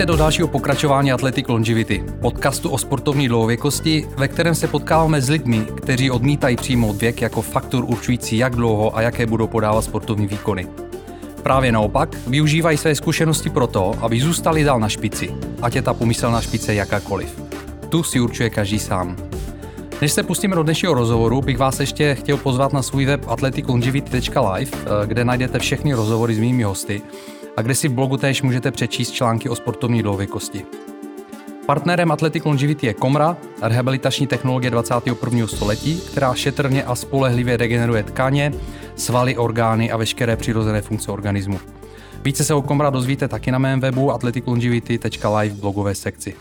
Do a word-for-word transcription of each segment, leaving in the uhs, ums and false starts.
Vítejte do dalšího pokračování Athletic Longevity, podcastu o sportovní dlouhověkosti, ve kterém se potkáváme s lidmi, kteří odmítají přijmout věk jako faktor určující, jak dlouho a jaké budou podávat sportovní výkony. Právě naopak, využívají své zkušenosti proto, aby zůstali dál na špici, ať je ta pomyslná špice jakákoliv. Tu si určuje každý sám. Než se pustíme do dnešního rozhovoru, bych vás ještě chtěl pozvat na svůj web athletic longevity tečka live, kde najdete všechny rozhovory s mými hosty a kde si v blogu též můžete přečíst články o sportovní dlouhověkosti. Partnerem Athletic Longevity je Komra, rehabilitační technologie dvacátého prvního století, která šetrně a spolehlivě regeneruje tkáně, svaly, orgány a veškeré přirozené funkce organismu. Více se o Komra dozvíte taky na mém webu athletic longevity tečka live v blogové sekci.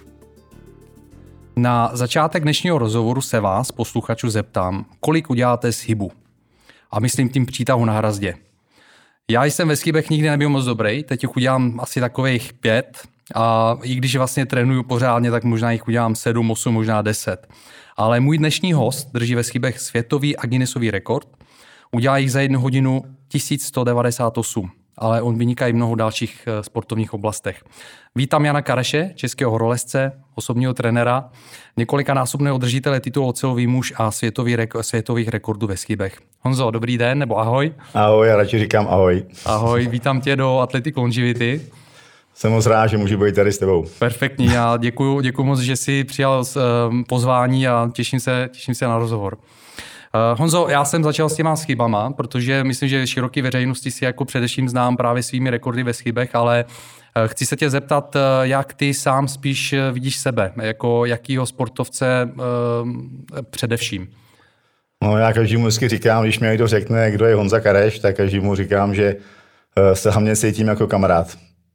Na začátek dnešního rozhovoru se vás, posluchačů, zeptám, kolik uděláte z hybu. A myslím tím přítahu na hrazdě. Já jsem ve schybech nikdy nebyl moc dobrý, teď jich udělám asi takových pět a i když vlastně trénuju pořádně, tak možná jich udělám sedm, osm, možná deset. Ale můj dnešní host drží ve schybech světový a Guinnessový rekord, udělá jich za jednu hodinu tisíc sto devadesát osm, ale on vyniká i v mnoho dalších sportovních oblastech. Vítám Jana Kareše, českého horolezce, osobního trenéra, několikanásobného držitele titulu ocelový muž a světový reko- světových rekordů ve schybech. Honzo, dobrý den, nebo ahoj. Ahoj, já radši říkám ahoj. Ahoj, vítám tě do Athletic Longevity. Jsem moc rád, že můžu být tady s tebou. Perfektní, já děkuju, děkuju moc, že jsi přijal pozvání a těším se, těším se na rozhovor. Uh, Honzo, já jsem začal s těma schybama, protože myslím, že široký veřejnosti si jako především znám právě svými rekordy ve schybech, ale uh, chci se tě zeptat, uh, jak ty sám spíš vidíš sebe, jako jakýho sportovce uh, především. No, já každému vždycky říkám, když mě někdo řekne, kdo je Honza Kareš, tak každému říkám, že uh, se hlavně cítím jako kamarád.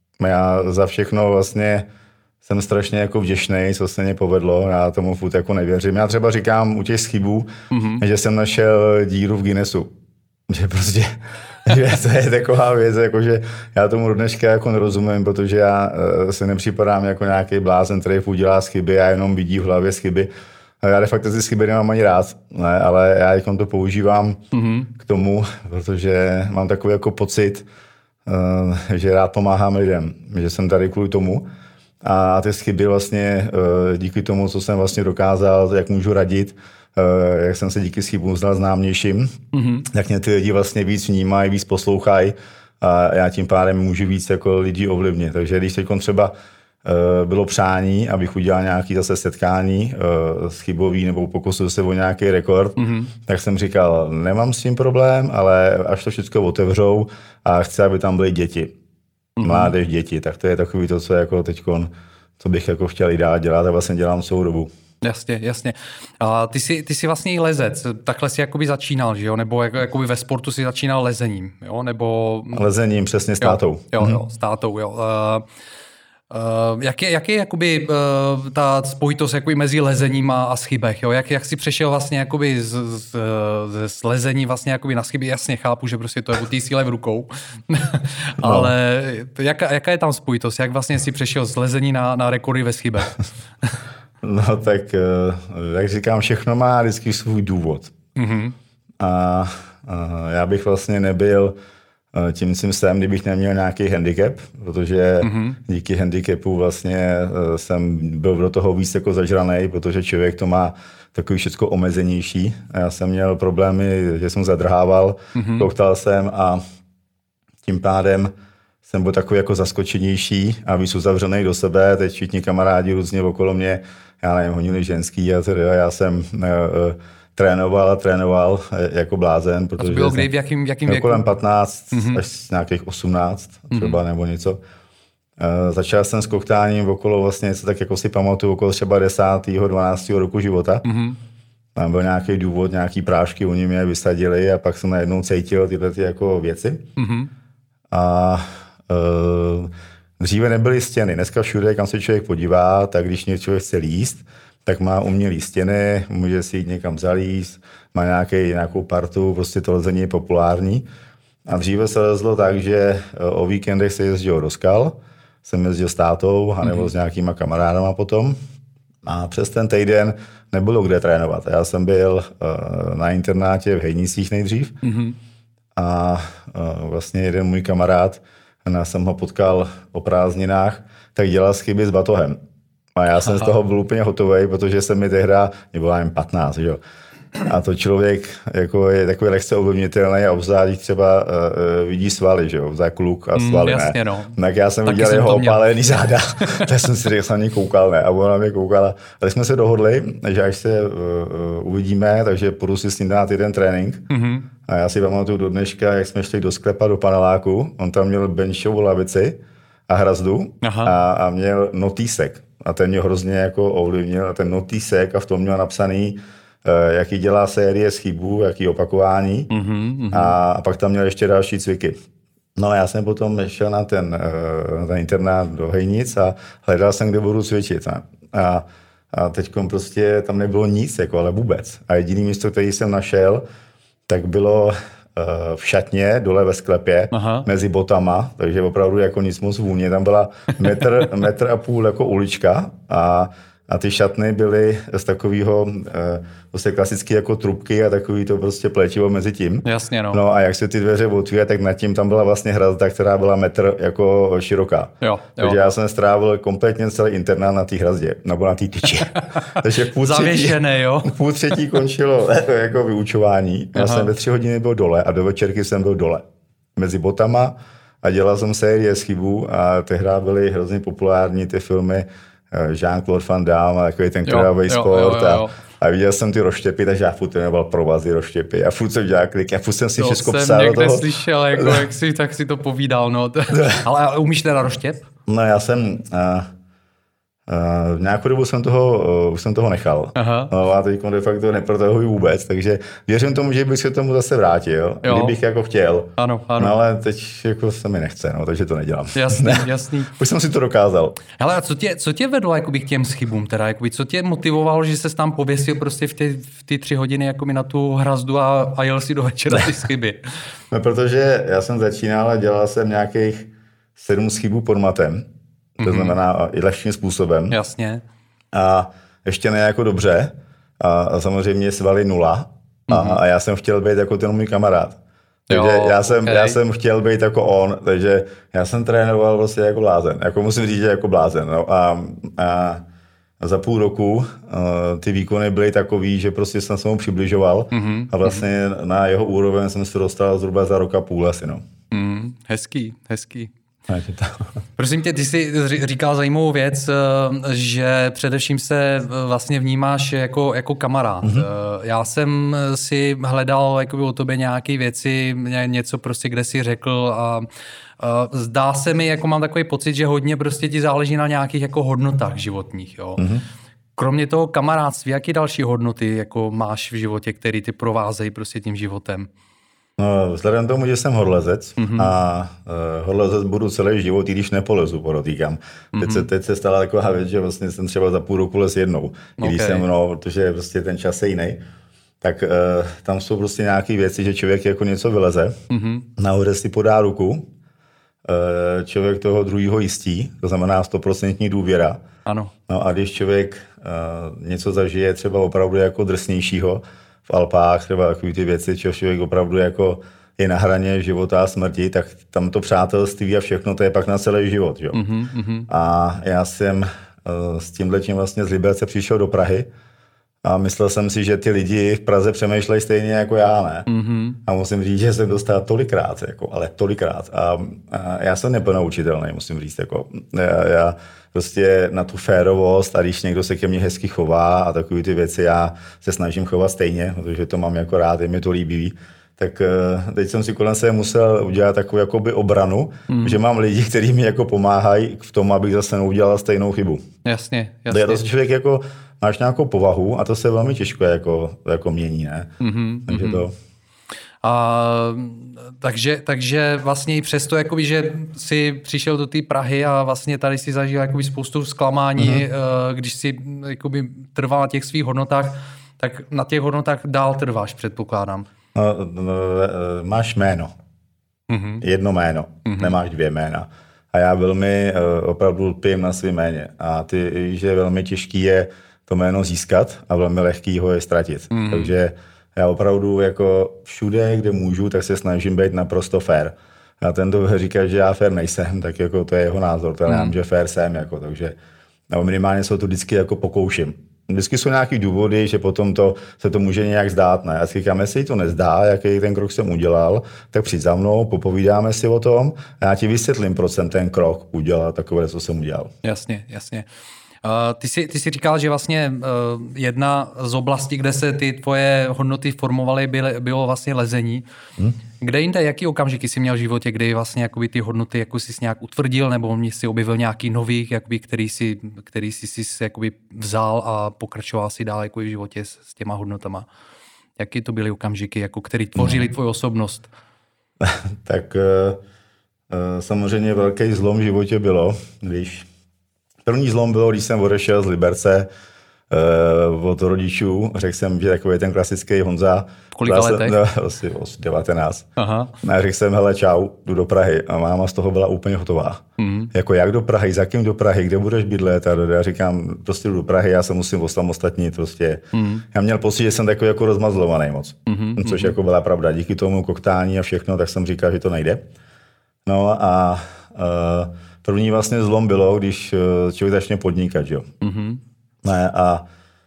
Já za všechno vlastně jsem strašně jako vděčný, co se mě povedlo, já tomu furt jako nevěřím. Já třeba říkám u těch schybů, mm-hmm. že jsem našel díru v Guinnessu. Že prostě, že to je taková věc, jako že já tomu do dneška jako nerozumím, protože já uh, se nepřipadám jako nějaký blázen, který udělá chyby, já jenom vidí v hlavě chyby. Já de facto ty chyby nemám ani rád, ne, ale já jako to používám mm-hmm. k tomu, protože mám takový jako pocit, uh, že rád pomáhám lidem, že jsem tady kvůli tomu. A ty chyby vlastně díky tomu, co jsem vlastně dokázal, jak můžu radit, jak jsem se díky chybům stal známějším, mm-hmm. jak mě ty lidi vlastně víc vnímají, víc poslouchají a já tím pádem můžu víc jako lidí ovlivnit. Takže když teď třeba bylo přání, abych udělal nějaké zase setkání s chybový nebo pokusil se o nějaký rekord, mm-hmm. tak jsem říkal, nemám s tím problém, ale až to všechno otevřou a chci, aby tam byly děti. Mládež, děti, tak to je takový to, co jako teďkon, co bych jako chtěl i dál dělat a vlastně dělám celou dobu. Jasně, jasně. A ty jsi, ty jsi vlastně i lezec, takhle jsi jakoby začínal, že jo? Nebo jako, jakoby ve sportu si začínal lezením, jo? Nebo... Lezením, přesně s tátou. Jo, jo, mm-hmm. jo s tátou, jo. Uh, Uh, jak je, jak je jakoby, uh, ta spojitost jakoby mezi lezením a, a schybech, jo? Jak, jak jsi přešel vlastně jakoby z, z, z lezení vlastně jakoby na chyby? Jasně chápu, že prostě to je o té síle v rukou, ale no. jaká, jaká je tam spojitost? Jak vlastně jsi přešel z lezení na, na rekordy ve schybech? No tak, jak říkám, všechno má vždycky svůj důvod. Mm-hmm. A, a já bych vlastně nebyl tím, tím jsem, kdybych neměl nějaký handicap, protože mm-hmm. díky handicapu vlastně jsem byl do toho víc jako zažranej, protože člověk to má takový všechno omezenější. A já jsem měl problémy, že jsem zadrhával, mm-hmm. koktal jsem a tím pádem jsem byl takový jako zaskočenější a víc uzavřenej do sebe. Teď všichni kamarádi různě okolo mě, já nevím, honili ženský a teda já jsem... Uh, trénoval a trénoval jako blázen, protože a to bylo kdy, v jakým, jakým věku? Kolem patnáct mm-hmm. až nějakých osmnáct třeba mm-hmm. nebo něco. Uh, začal jsem s koktáním okolo vlastně, co tak jako si pamatuju, okolo třeba desátého dvanáctého roku života. Mm-hmm. Tam byl nějaký důvod, nějaký prášky, oni mě vysadili a pak jsem najednou cítil tyhle ty jako věci. Mm-hmm. A uh, dříve nebyly stěny. Dneska všude, kam se člověk podívá, tak když člověk chce líst, tak má umělý stěny, může si jít někam zalíst, má nějaký, nějakou partu, prostě to lezení je populární. A dříve se lezlo tak, že o víkendech se jezdilo do skal, jsem jezdil s tátou, anebo mm-hmm. s nějakýma kamarádama potom. A přes ten týden nebylo kde trénovat. Já jsem byl uh, na internátě v Hejnicích nejdřív mm-hmm. a uh, vlastně jeden můj kamarád, já jsem ho potkal o prázdninách, tak dělal chyby s batohem. A já jsem Aha. z toho byl úplně hotový, protože jsem mi tehda, mě bylo jen patnáct, jo. A to člověk jako je takový lehce ovlivnitelný a obzvlášť třeba uh, vidí svaly, že jo, za kluk a svaly, mm, jasně, no. Tak já jsem Taky viděl jsem jeho opálený záda, tak jsem si řekl, mě koukal, ne, a ona na mě koukala. Ale jsme se dohodli, že až se uh, uvidíme, takže půjdu si s ním dát jeden trénink. Mm-hmm. A já si pamatuju do dneška, jak jsme šli do sklepa, do paneláku, on tam měl benchovou lavici a hrazdu a, a měl notýsek. A ten mě hrozně jako ovlivnil a ten notýsek a v tom měl napsaný, jaký dělá série z chybů, jaký opakování mm-hmm. a pak tam měl ještě další cviky. No a já jsem potom šel na ten, na ten internát do Hejnic a hledal jsem, kde budu cvičit. A, a teď prostě tam nebylo nic, jako, ale vůbec. A jediný místo, který jsem našel, tak bylo v šatně, dole ve sklepě, Aha. mezi botama, takže opravdu jako nic moc vůně. Tam byla metr, metr a půl jako ulička a A ty šatny byly z takového prostě klasické jako trubky a takový to prostě plečivo mezi tím. Jasně, no. No a jak se ty dveře otvíraly, tak nad tím tam byla vlastně hrazda, která byla metr jako široká. Jo, jo. Takže já jsem strávil kompletně celý internát na té hrazdě, nebo na té tyči. Takže v půl třetí, jo. v půl třetí končilo jako vyučování. Já Aha. jsem ve tři hodiny byl dole a do večerky jsem byl dole. Mezi botama a dělal jsem série z chybů a tehdy byly hrozně populární ty filmy Jean-Claude Van Damme a takový ten krvavý sport jo, jo, jo. A, a viděl jsem ty roštěpy, takže já furt trénoval provazy, roštěpy a furt jsem dělal klik, já furt jsem si to všechno psal do toho. To jsem někde slyšel, jako, jak si, tak si to povídal, no. ale, ale umíš teda roštěp? No já jsem, uh, uh, nějakou dobu jsem toho, uh, už jsem toho nechal. Aha. No, a teď de facto neprotahuji vůbec, takže věřím tomu, že bych se tomu zase vrátil, jo. kdybych jako chtěl. Ano, ano. No ale teď jako se mi nechce, no, takže to nedělám. Jasný, jasný. Už jsem si to dokázal. Hele, a co tě, co tě vedlo jakoby, k těm schybům teda? Jakoby, co tě motivovalo, že ses tam pověsil prostě v ty, v ty tři hodiny jakoby, na tu hrazdu a, a jel si do večera ty schyby? No, protože já jsem začínal a dělal jsem nějakých sedm schybů pod matem. To znamená i lehčím způsobem. Jasně. A ještě ne jako dobře. A, a samozřejmě svaly nula. A, mm-hmm. a já jsem chtěl být jako ten můj kamarád. Takže jo, já, jsem, okay. já jsem chtěl být jako on. Takže já jsem trénoval vlastně jako blázen. Jako musím říct, že jako blázen. No. A, a za půl roku uh, ty výkony byly takový, že prostě jsem se mu přibližoval. Mm-hmm. A vlastně mm-hmm. na jeho úroveň jsem se dostal zhruba za rok a půl asi. No. Mm, hezký, hezký. Prosím tě, ty jsi říkal zajímavou věc, že především se vlastně vnímáš jako, jako kamarád. Mm-hmm. Já jsem si hledal jakoby o tobě nějaké věci, něco prostě, kde jsi řekl a zdá se mi, jako mám takový pocit, že hodně prostě ti záleží na nějakých jako hodnotách životních. Jo. Mm-hmm. Kromě toho kamarádství, jaké další hodnoty jako máš v životě, které ty provázejí prostě tím životem? No, vzhledem tomu, že jsem horolezec mm-hmm. a uh, horolezec budu celý život, i když nepolezu, podotýkám. Mm-hmm. Teď, se, teď se stala taková věc, že vlastně jsem třeba za půl roku les jednou, okay. když jsem, no, protože prostě ten čas je jiný. Tak uh, tam jsou prostě nějaké věci, že člověk jako něco vyleze, mm-hmm. nahoře si podá ruku, uh, člověk toho druhého jistí, to znamená stoprocentní důvěra. Ano. No a když člověk uh, něco zažije třeba opravdu jako drsnějšího, v Alpách, třeba takové ty věci, že člověk opravdu jako je na hraně života a smrti, tak tam to přátelství a všechno, to je pak na celý život. Jo? Mm-hmm. A já jsem uh, s tímhletím vlastně z Liberce přišel do Prahy a myslel jsem si, že ty lidi v Praze přemýšlejí stejně jako já, ne? Mm-hmm. A musím říct, že jsem dostal tolikrát, jako, ale tolikrát. A, a já jsem neplnoučitelný, musím říct. Jako, já, já prostě na tu férovost a když někdo se ke mně hezky chová a takové ty věci, já se snažím chovat stejně, protože to mám jako rád, je mi to líbivý. Tak teď jsem si kolem sebe musel udělat takovou jakoby obranu, mm. že mám lidi, kteří mi jako pomáhají v tom, abych zase neudělal stejnou chybu. Jasně, jasně. To člověk jako máš nějakou povahu a to se velmi těžko jako, jako mění, ne? Mm-hmm, takže mm-hmm. to... A, takže, takže vlastně i přesto, jakoby, že jsi přišel do té Prahy a vlastně tady si zažil jakoby spoustu zklamání, mm-hmm. když si jakoby trval na těch svých hodnotách, tak na těch hodnotách dál trváš, předpokládám. No, no, máš jméno. Mm-hmm. Jedno jméno. Mm-hmm. Nemáš dvě jména. A já velmi opravdu lpím na svým jméně. A ty víš, že velmi těžký je to jméno získat a velmi lehký ho je ztratit. Mm-hmm. Takže já opravdu jako všude, kde můžu, tak se snažím být naprosto fair. A ten to říká, že já fair nejsem, tak jako to je jeho názor, to já nevím, že fair jsem, jako, takže no, minimálně se to vždycky jako pokouším. Vždycky jsou nějaký důvody, že potom to, se to může nějak zdát. Ne? Já si říkám, jestli to nezdá, jaký ten krok jsem udělal, tak přijď za mnou, popovídáme si o tom a já ti vysvětlím, proč jsem ten krok udělal takové, co jsem udělal. Jasně, jasně. Uh, ty, jsi, ty jsi říkal, že vlastně uh, jedna z oblastí, kde se ty tvoje hodnoty formovaly, byly, bylo vlastně lezení. Hmm? Kde jinde, jaký okamžiky jsi měl v životě, kdy vlastně jakoby ty hodnoty jako jsi nějak utvrdil, nebo jsi objevil nějaký nový, jakoby, který jsi, který jsi, jsi jakoby vzal a pokračoval si dál jako v životě s, s těma hodnotama? Jaký to byly okamžiky, jako, který tvořili tvoji osobnost? Tak uh, uh, samozřejmě velký zlom v životě bylo, když první zlom bylo, když jsem odešel z Liberce uh, od rodičů. Řekl jsem, že takový ten klasický Honza. V kolika letech? No, asi devatenáct. Aha. A řekl jsem, hele, čau, jdu do Prahy. A máma z toho byla úplně hotová. Mm. Jako jak do Prahy, za kým do Prahy, kde budeš bydlet? A já říkám, prostě jdu do Prahy, já se musím osamostatnit. Prostě. Mm. Já měl pocit, že jsem takový jako rozmazlovaný moc. Mm-hmm. Což mm-hmm. jako byla pravda. Díky tomu koktání a všechno, tak jsem říkal, že to nejde. No a uh, první vlastně zlom bylo, když člověk začne podnikat, jo. Mm-hmm. Ne, a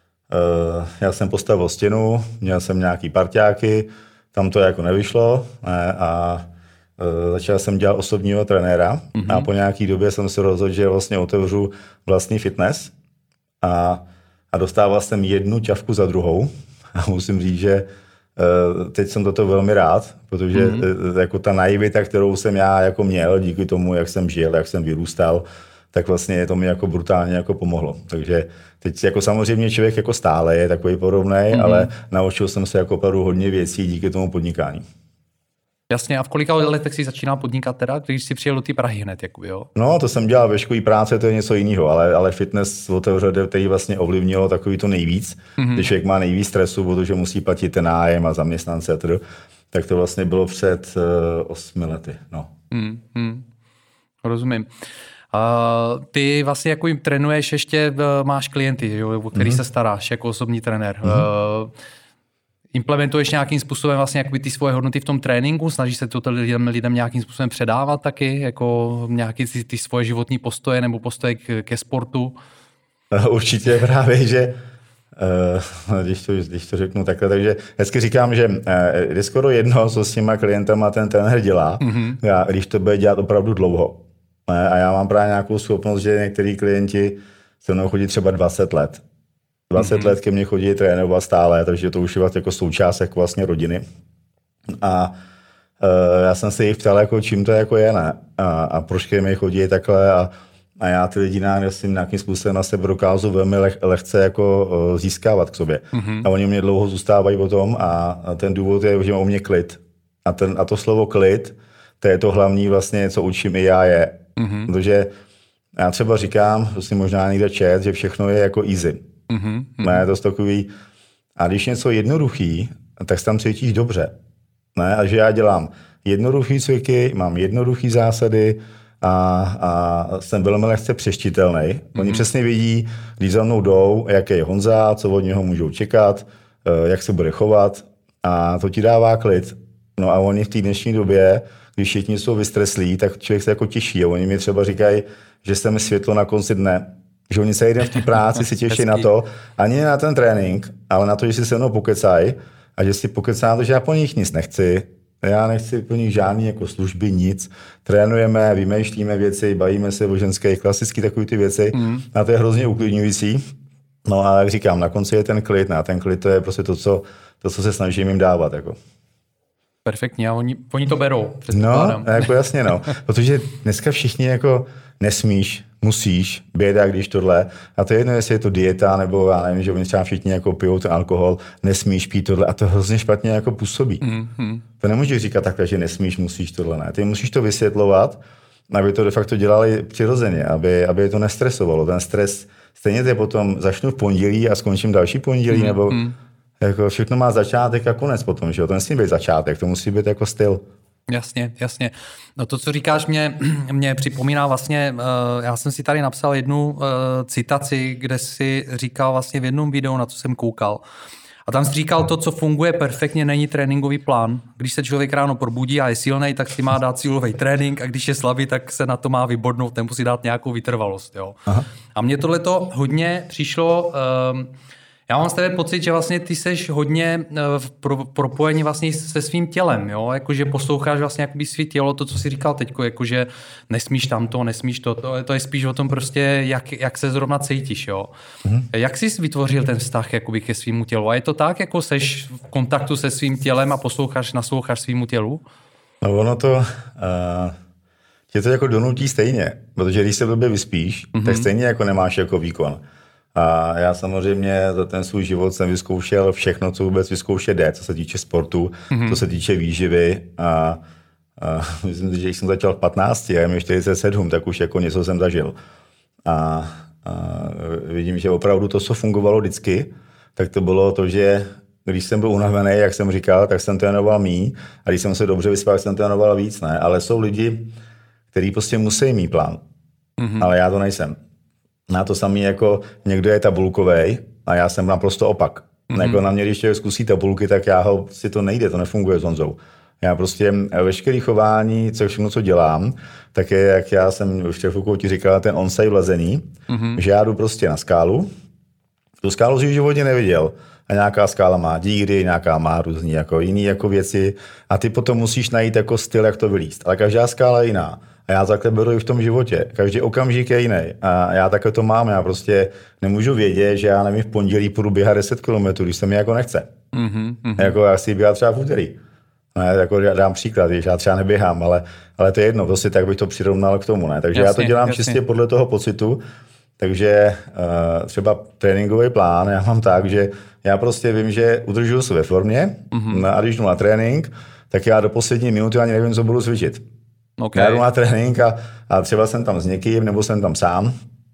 uh, já jsem postavil stěnu, měl jsem nějaký parťáky, tam to jako nevyšlo, ne, a uh, začal jsem dělat osobního trenéra mm-hmm. a po nějaký době jsem se rozhodl, že vlastně otevřu vlastní fitness a, a dostával jsem jednu ťavku za druhou a musím říct, že teď jsem toto velmi rád, protože mm-hmm. jako ta naivita, kterou jsem já jako měl díky tomu, jak jsem žil, jak jsem vyrůstal, tak vlastně to mi jako brutálně jako pomohlo. Takže teď jako samozřejmě člověk jako stále je takový podobnej, mm-hmm. ale naučil jsem se jako opravdu hodně věcí díky tomu podnikání. Jasně, a v kolika letech jsi začínal podnikat teda, když jsi přijel do té Prahy hned, jakoby, jo? No, to jsem dělal ve škole práce, to je něco jiného, ale, ale fitness otevřel, který vlastně ovlivnilo takový to nejvíc, mm-hmm. když člověk má nejvíc stresu, protože musí platit ten nájem a zaměstnance, tedy, tak to vlastně bylo před uh, osmi lety, no. Mm-hmm. Rozumím. Uh, ty vlastně jako jim trénuješ, ještě uh, máš klienty, jo, o který mm-hmm. se staráš jako osobní trenér. Mm-hmm. Uh, Implementuješ nějakým způsobem vlastně jakoby ty svoje hodnoty v tom tréninku? Snažíš se to lidem, lidem nějakým způsobem předávat taky? Jako nějaký ty, ty svoje životní postoje nebo postoje k, ke sportu? Určitě právě, že uh, když, to, když to řeknu takhle, takže hezky říkám, že uh, je skoro jedno, co s těma klientama ten trenér dělá, mm-hmm. a když to bude dělat opravdu dlouho. Ne? A já mám právě nějakou schopnost, že některý klienti se mnou chodí třeba dvacet let. dvacet mm-hmm. let ke mně chodí trénovat stále, takže to už je jako součást jako vlastně rodiny. A uh, já jsem se jich ptal, jako, čím to jako je, ne? A, a proč ke mně chodí takhle a, a já ty lidi nějakým způsobem na sebe dokážu velmi leh, lehce jako uh, získávat k sobě. Mm-hmm. A oni mě dlouho zůstávají o tom a, a ten důvod je, že mám u mě klid. A, ten, a to slovo klid, to je to hlavní vlastně, co učím i já je. Mm-hmm. Protože já třeba říkám, to si možná někde čet, že všechno je jako easy. Mm-hmm. Ne, to je takový. A když něco jednoduchý, tak se tam cítíš dobře. Ne, a že já dělám jednoduchý cviky, mám jednoduchý zásady a, a jsem velmi lehce přečtitelný. Mm-hmm. Oni přesně vidí, když za mnou jdou, jaký je Honza, co od něho můžou čekat, jak se bude chovat a to ti dává klid. No a oni v té dnešní době, když všichni jsou vystreslí, tak člověk se jako těší. A oni mi třeba říkají, že jsem světlo na konci dne. Že oni se jeden v té práci si těší na to, ani na ten trénink, ale na to, že si se mnou pokecají a že si pokecá to, že já po nich nic nechci. Já nechci po nich žádný jako služby, nic. Trénujeme, vymýšlíme věci, bavíme se o ženské, klasicky takové ty věci. Mm. A to je hrozně uklidňující. No a jak říkám, na konci je ten klid. A ten klid to je prostě to, co, to, co se snažím jim dávat. Jako. Perfektně, a oni, oni to berou. No, jako jasně, no. Protože dneska všichni jako nesmíš, musíš, běda, když tohle. A to je jedno, jestli je to dieta, nebo já nevím, že oni třeba všichni jako pijou ten alkohol, nesmíš pít tohle a to hrozně špatně jako působí. Mm-hmm. To nemůžeš říkat takhle, že nesmíš, musíš tohle, ne. Ty musíš to vysvětlovat, aby to de facto dělali přirozeně, aby, aby je to nestresovalo. Ten stres stejně je potom začnu v pondělí a skončím další pondělí, mm-hmm. nebo jako všechno má začátek a konec potom, že jo? To nesmí být začátek, to musí být jako styl. Jasně, jasně. No to, co říkáš, mě, mě připomíná vlastně, uh, já jsem si tady napsal jednu uh, citaci, kde si říkal vlastně v jednom videu, na co jsem koukal. A tam jsi říkal, to, co funguje perfektně, není tréninkový plán. Když se člověk ráno probudí a je silnej, tak si má dát cílový trénink a když je slabý, tak se na to má vybodnout, ten musí dát nějakou vytrvalost. Jo. A mně tohleto hodně přišlo... Um, Já mám z tebe pocit, že vlastně ty seš hodně v pro, propojení vlastně se svým tělem, jo? Jakože posloucháš vlastně jakoby svý tělo, to, co jsi říkal teďko, jakože nesmíš tamto, nesmíš to, to, to je spíš o tom prostě, jak, jak se zrovna cítíš, jo? Mm-hmm. Jak jsi vytvořil ten vztah jakoby ke svýmu tělu? A je to tak, jako seš v kontaktu se svým tělem a posloucháš, nasloucháš svýmu tělu? No ono to... Uh... tě to jako donutí stejně, protože když se blbě vyspíš, mm-hmm. tak stejně jako nemáš jako výkon. A já samozřejmě za ten svůj život jsem vyzkoušel všechno, co vůbec vyzkoušet jde, co se týče sportu, mm-hmm. co se týče výživy. A, a myslím, že když jsem začal v patnácti a je mi čtyřicet sedm, tak už jako něco jsem zažil. A, a vidím, že opravdu to, co fungovalo vždycky, tak to bylo to, že když jsem byl unavený, jak jsem říkal, tak jsem trénoval míň, a když jsem se dobře vyspal, tak jsem trénoval víc, ne? Ale jsou lidi, kteří prostě musí mít plán. Mm-hmm. Ale já to nejsem. Na to samý jako někdo je tabulkovej a já jsem naprosto opak. Mm-hmm. Jako na mě, když člověk zkusí tabulky, tak já ho, si to nejde, to nefunguje s Honzou. Já prostě veškerý chování, co všechno, co dělám, tak je, jak já jsem už v ti říkal, ten onside vlezený, mm-hmm. že já jdu prostě na skálu. Tu skálu si v životě neviděl. A nějaká skála má díry, nějaká má různý jako jiný jako věci. A ty potom musíš najít jako styl, jak to vylíst. Ale každá skála je jiná. A já takhle beru i v tom životě. Každý okamžik je jiný. A já takhle to mám. Já prostě nemůžu vědět, že já nevím, v pondělí půjdu běhat deset kilometrů, když se mi jako nechce. Mm-hmm. Jako já si běhat třeba v úterý. Ne, jako dám příklad, když já třeba neběhám, ale, ale to je jedno, prostě tak bych to přirovnal k tomu. Ne? Takže jasně, já to dělám jasně. čistě podle toho pocitu. Takže uh, třeba tréninkový plán já mám tak, že já prostě vím, že udržuju se ve formě mm-hmm. a když jdu na trénink, tak já do poslední minuty ani nevím, co budu cvičit. Okay. Já jdu na trénink a, a třeba jsem tam s někým, nebo jsem tam sám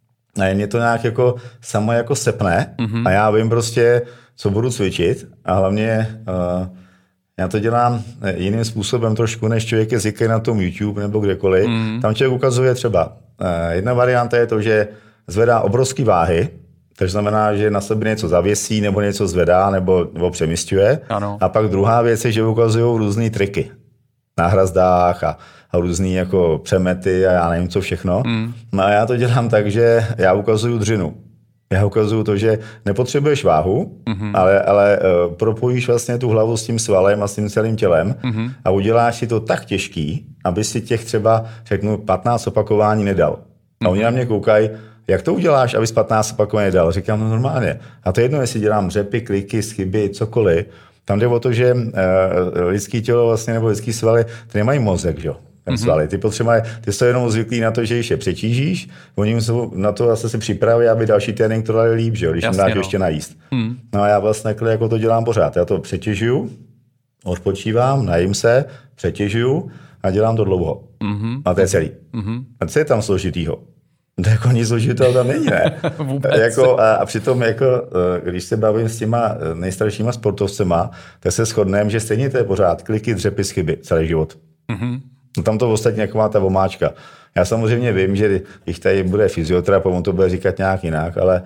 a mě to nějak jako samo jako sepne mm-hmm. a já vím prostě, co budu cvičit a hlavně uh, já to dělám jiným způsobem trošku, než člověk je zvyklý na tom YouTube nebo kdekoliv. Mm-hmm. Tam člověk ukazuje třeba, uh, jedna varianta je to, že zvedá obrovský váhy, to znamená, že na sebe něco zavěsí, nebo něco zvedá, nebo, nebo přemísťuje. Ano. A pak druhá věc je, že ukazují různý triky na hrazdách a, a různý jako přemety a já nevím co všechno. Mm. No a já to dělám tak, že já ukazuju dřinu. Já ukazuju to, že nepotřebuješ váhu, mm-hmm. ale, ale uh, propojíš vlastně tu hlavu s tím svalem a s tím celým tělem mm-hmm. a uděláš si to tak těžký, aby si těch třeba, řeknu, patnáct opakování nedal. Mm-hmm. A oni na mě koukají, jak to uděláš, abys patnáct opakovaně dal? Říkám, no normálně. A to je jedno, jestli dělám řepy, kliky, schyby, cokoliv. Tam jde o to, že uh, lidský tělo vlastně, nebo lidský svaly, ty nemají mozek, že jo? Ten svaly. Ty potřebuje, ty jsou jenom zvyklí na to, že když je přetížíš, oni jsou na to zase si připraví, aby další trénink to dali líp, že jo? Když jim dáš no. ještě najíst. Hmm. No a já vlastně jako to dělám pořád. Já to přetěžuju, odpočívám, najím se, přetěžuju a dělám to dlouho. Mm-hmm. A to je celý. Mm-hmm. A co je tam složitýho? To jako nic složitého tam není, ne? jako, a, a přitom, jako, když se bavím s těma nejstaršíma sportovcema, tak se shodneme, že stejně to je pořád kliky, dřepy, chyby celý život. Mm-hmm. No tam to ostatně jako ta omáčka. Já samozřejmě vím, že když tady bude fyzioterapeut, on to bude říkat nějak jinak, ale,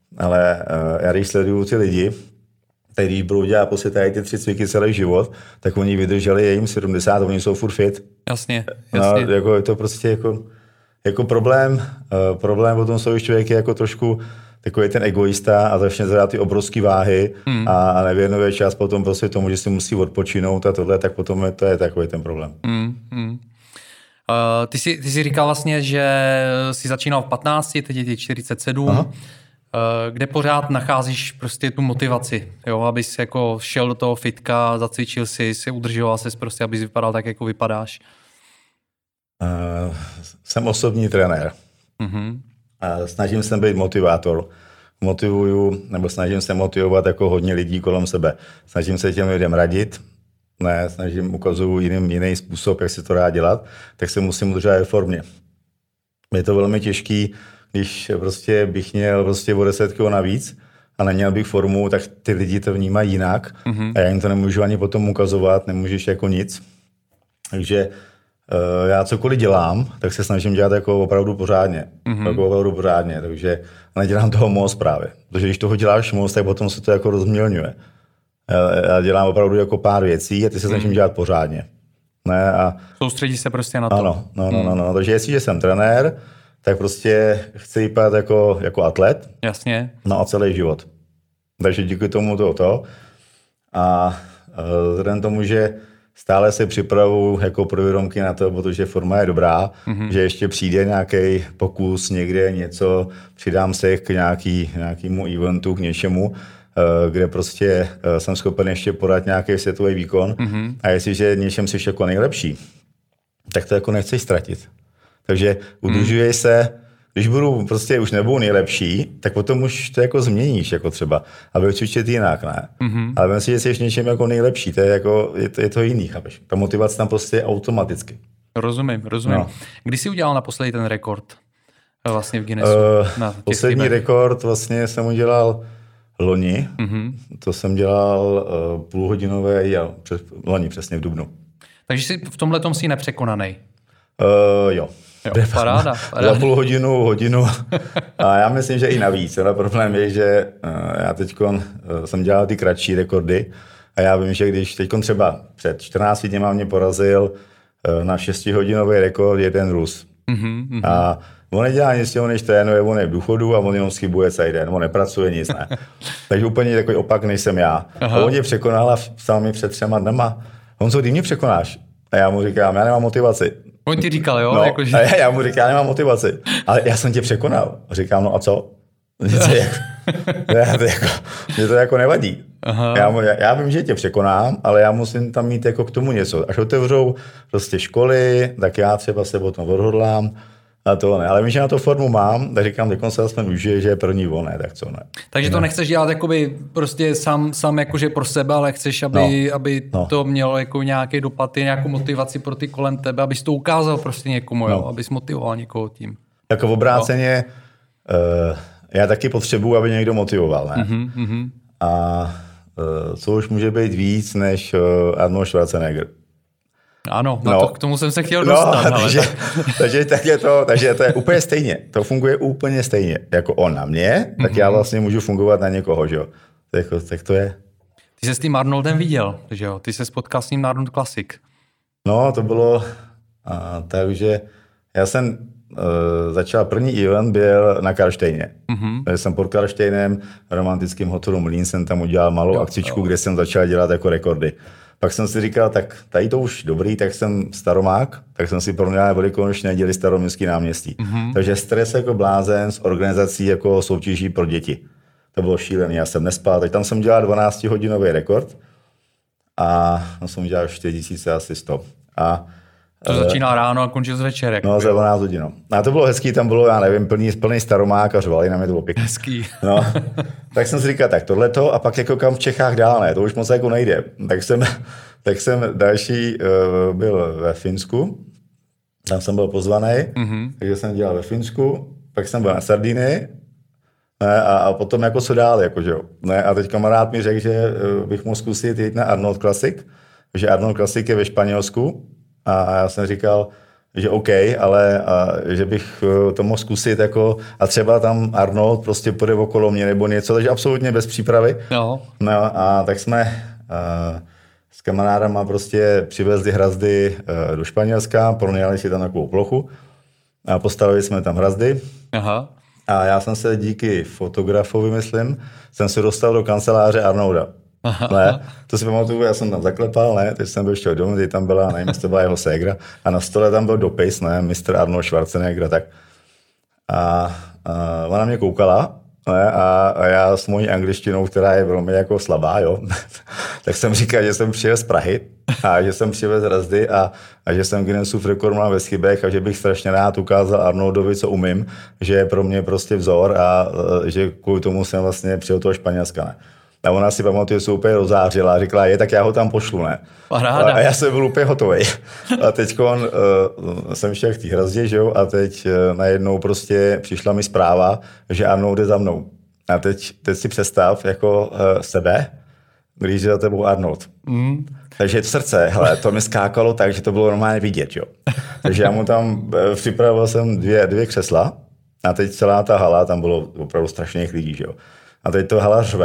ale já když sleduju ty lidi, tak když budou dělat prostě tady ty tři cviky celý život, tak oni vydrželi, je jim sedmdesát, oni jsou furt fit. Jasně, jasně. No, jako, je to prostě jako... Jako problém, uh, problém potom jsou, že člověk je jako trošku takový ten egoista a začne zvedat ty obrovské váhy mm. a, a nevěnuje čas potom prostě tomu, že si musí odpočinout a tohle, tak potom je, to je takový ten problém. Mm, mm. Uh, ty, jsi, ty jsi říkal vlastně, že jsi začínal v patnácti, teď je čtyřicet sedm, uh, kde pořád nacházíš prostě tu motivaci, jo, abys jako šel do toho fitka, zacvičil si, si udržoval ses prostě, abys vypadal tak, jako vypadáš. Uh, jsem osobní trenér. Uh-huh. A snažím se být motivátor. Motivuju, nebo snažím se motivovat jako hodně lidí kolem sebe. Snažím se těm lidem radit, ne, snažím ukazuju jiným, jiný způsob, jak se to dá dělat, tak se musím udržet ve formě. Je to velmi těžký, když prostě bych měl prostě o deset kilo navíc a neměl bych formu, tak ty lidi to vnímají jinak uh-huh. a já jim to nemůžu ani potom ukazovat, nemůžeš jako nic. Takže já cokoliv dělám, tak se snažím dělat jako opravdu pořádně. Mm-hmm. Jako opravdu pořádně, takže nedělám toho moc právě. Protože když toho děláš moc, tak potom se to jako rozmělňuje. Já, já dělám opravdu jako pár věcí a ty se snažím Hmm. dělat pořádně. Ne, a Soustředí se prostě na to. ano, no, no, no, no. Takže jestliže jsem trenér, tak prostě chci vypadat jako, jako atlet, Jasně. no a celý život. Takže díky tomu to to. A vzhledem tomu, že stále se připravuju jako pro vědomky na to, protože forma je dobrá, mm-hmm. že ještě přijde nějaký pokus někde, něco, přidám se k nějaký, nějakému eventu, k něčemu, kde prostě jsem schopen ještě podat nějaký světový výkon. Mm-hmm. A jestliže něčem jsi jako nejlepší, tak to jako nechceš ztratit. Takže udržuješ mm. se, když budu prostě už nebudu nejlepší, tak potom už to jako změníš jako třeba a budeš cvičit jinak, ne? Mm-hmm. Ale myslím, že jsi něčem jako nejlepší, to je, jako, je, to, je to jiný, chápeš? Ta motivace tam prostě je automaticky. Rozumím, rozumím. No. Kdy jsi udělal naposledy ten rekord vlastně v Guinnessu? Uh, na poslední stybech? rekord vlastně jsem udělal loni, mm-hmm. to jsem dělal uh, půlhodinové, já, přes, loni přesně v dubnu. Takže jsi v tomhletom si nepřekonanej? Uh, jo. Jo, paráda, paráda. Za půl hodinu, hodinu. A já myslím, že i navíc. Ale problém je, že já teď jsem dělal ty kratší rekordy a já vím, že když teď třeba před čtrnácti dněma mě porazil na šestihodinový rekord jeden Rus. Mm-hmm. A on nedělá nic, on než trénuje, on je v důchodu a on jenom schybuje celý den, on nepracuje nic, ne. Takže úplně takový opak, než jsem já. Aha. A on mě překonal a psal mi před třema dnama. Honzo, kdy mě překonáš? A já mu říkám, já nemám motivaci. On ti říkal, jo? No, jako, že... a já, já mu říkám, já nemám motivaci. Ale já jsem tě překonal. A říkám, no a co? Mě to jako, mě to jako, mě to jako nevadí. Já, mu, já, já vím, že tě překonám, ale já musím tam mít jako k tomu něco. Až otevřou prostě školy, tak já třeba se potom odhodlám. A to ne. Ale vím, že na to formu mám, tak říkám, dokonce aspoň užije, že je první volné, tak co ne. Takže to ne. nechceš dělat jakoby prostě sám, sám jakože pro sebe, ale chceš, aby, no. aby no. to mělo jako nějaký dopad, nějakou motivaci pro ty kolem tebe, abys to ukázal prostě někomu, no. jo, abys motivoval někoho tím. Jako v obráceně, no. uh, já taky potřebuji, aby někdo motivoval, ne? Mm-hmm, mm-hmm. A uh, co už může být víc než uh, Arnold Schwarzenegger. Ano, no. to, k tomu jsem se chtěl dostat. No, takže, takže, tak je to, takže to je úplně stejně. To funguje úplně stejně. Jako on na mě, tak mm-hmm. já vlastně můžu fungovat na někoho, že jo. Tak, tak to je. Ty jsi s tím Arnoldem viděl, že jo? Ty jsi spotkal s ním na Arnold Classic. No, to bylo, a, takže já jsem uh, začal, první event byl na Karlštejně. Mm-hmm. Takže jsem pod Karlštejnem, v romantickém hotelu Mlín, jsem tam udělal malou jo, akcičku, jo. kde jsem začal dělat jako rekordy. Pak jsem si říkal, tak tady to už dobrý, tak jsem staromák, tak jsem si proměnil velikonoční neděli Staroměstský náměstí. Mm-hmm. Takže stres jako blázen s organizací jako soutěží pro děti. To bylo šílený, já jsem nespal, tak tam jsem dělal dvanáctihodinový rekord a tam jsem dělal čtyři tisíce asi sto. A to začínal ráno a končil z večerek. No, za dvanáct hodin. A to bylo hezký, tam bylo, já nevím, plný, plný staromák a řvali na mě, to bylo pěkný. Hezký. No, tak jsem si říkal, tak tohleto a pak jako kam v Čechách dál, ne, to už moc jako nejde. Tak jsem, tak jsem další uh, byl ve Finsku, tam jsem byl pozvaný, mm-hmm. takže jsem dělal ve Finsku, pak jsem byl na Sardinii ne, a, a potom jako co dál, jako, že jo. Ne, a teď kamarád mi řekl, že uh, bych mohl zkusit jít na Arnold Classic, že Arnold Classic je ve Španělsku. A já jsem říkal, že OK, ale a, že bych to mohl zkusit jako, a třeba tam Arnold prostě půjde okolo mě nebo něco, takže absolutně bez přípravy. No. No a tak jsme a, s kamarádama prostě přivezli hrazdy a, do Španělska, pronajali si tam takovou plochu a postavili jsme tam hrazdy. Aha. A já jsem se díky fotografovi, myslím, jsem se dostal do kanceláře Arnolda. Ne, to si pamatuju, já jsem tam zaklepal, ne, teď jsem byl šel domů, teď tam byla, nevím, jestli to byla jeho ségra, a na stole tam byl dopis, ne, mister Arnold Schwarzenegger, tak. A, a ona mě koukala, ne, a, a já s mojí angličtinou, která je velmi jako slabá, jo, tak jsem říkal, že jsem přijel z Prahy a že jsem přivez hrazdy a, a že jsem Guinnessův rekord mám ve schybech a že bych strašně rád ukázal Arnoldovi, co umím, že je pro mě prostě vzor a, a že kvůli tomu jsem vlastně přijel toho Španělska, ne. A ona si pamatuje, že se úplně rozářila a říkala, je, tak já ho tam pošlu, ne? Paráda. A já jsem byl úplně hotový. A teď uh, jsem šel k té hrazdě, že jo, a teď uh, najednou prostě přišla mi zpráva, že Arnold jde za mnou. A teď, teď si představ jako uh, sebe, když je za tebou Arnold. Mm. Takže v srdce, hele, to mi skákalo tak, že to bylo normálně vidět, jo. Takže já mu tam uh, připravil jsem dvě, dvě křesla a teď celá ta hala, tam bylo opravdu strašných lidí, že jo. A teď to hala řve,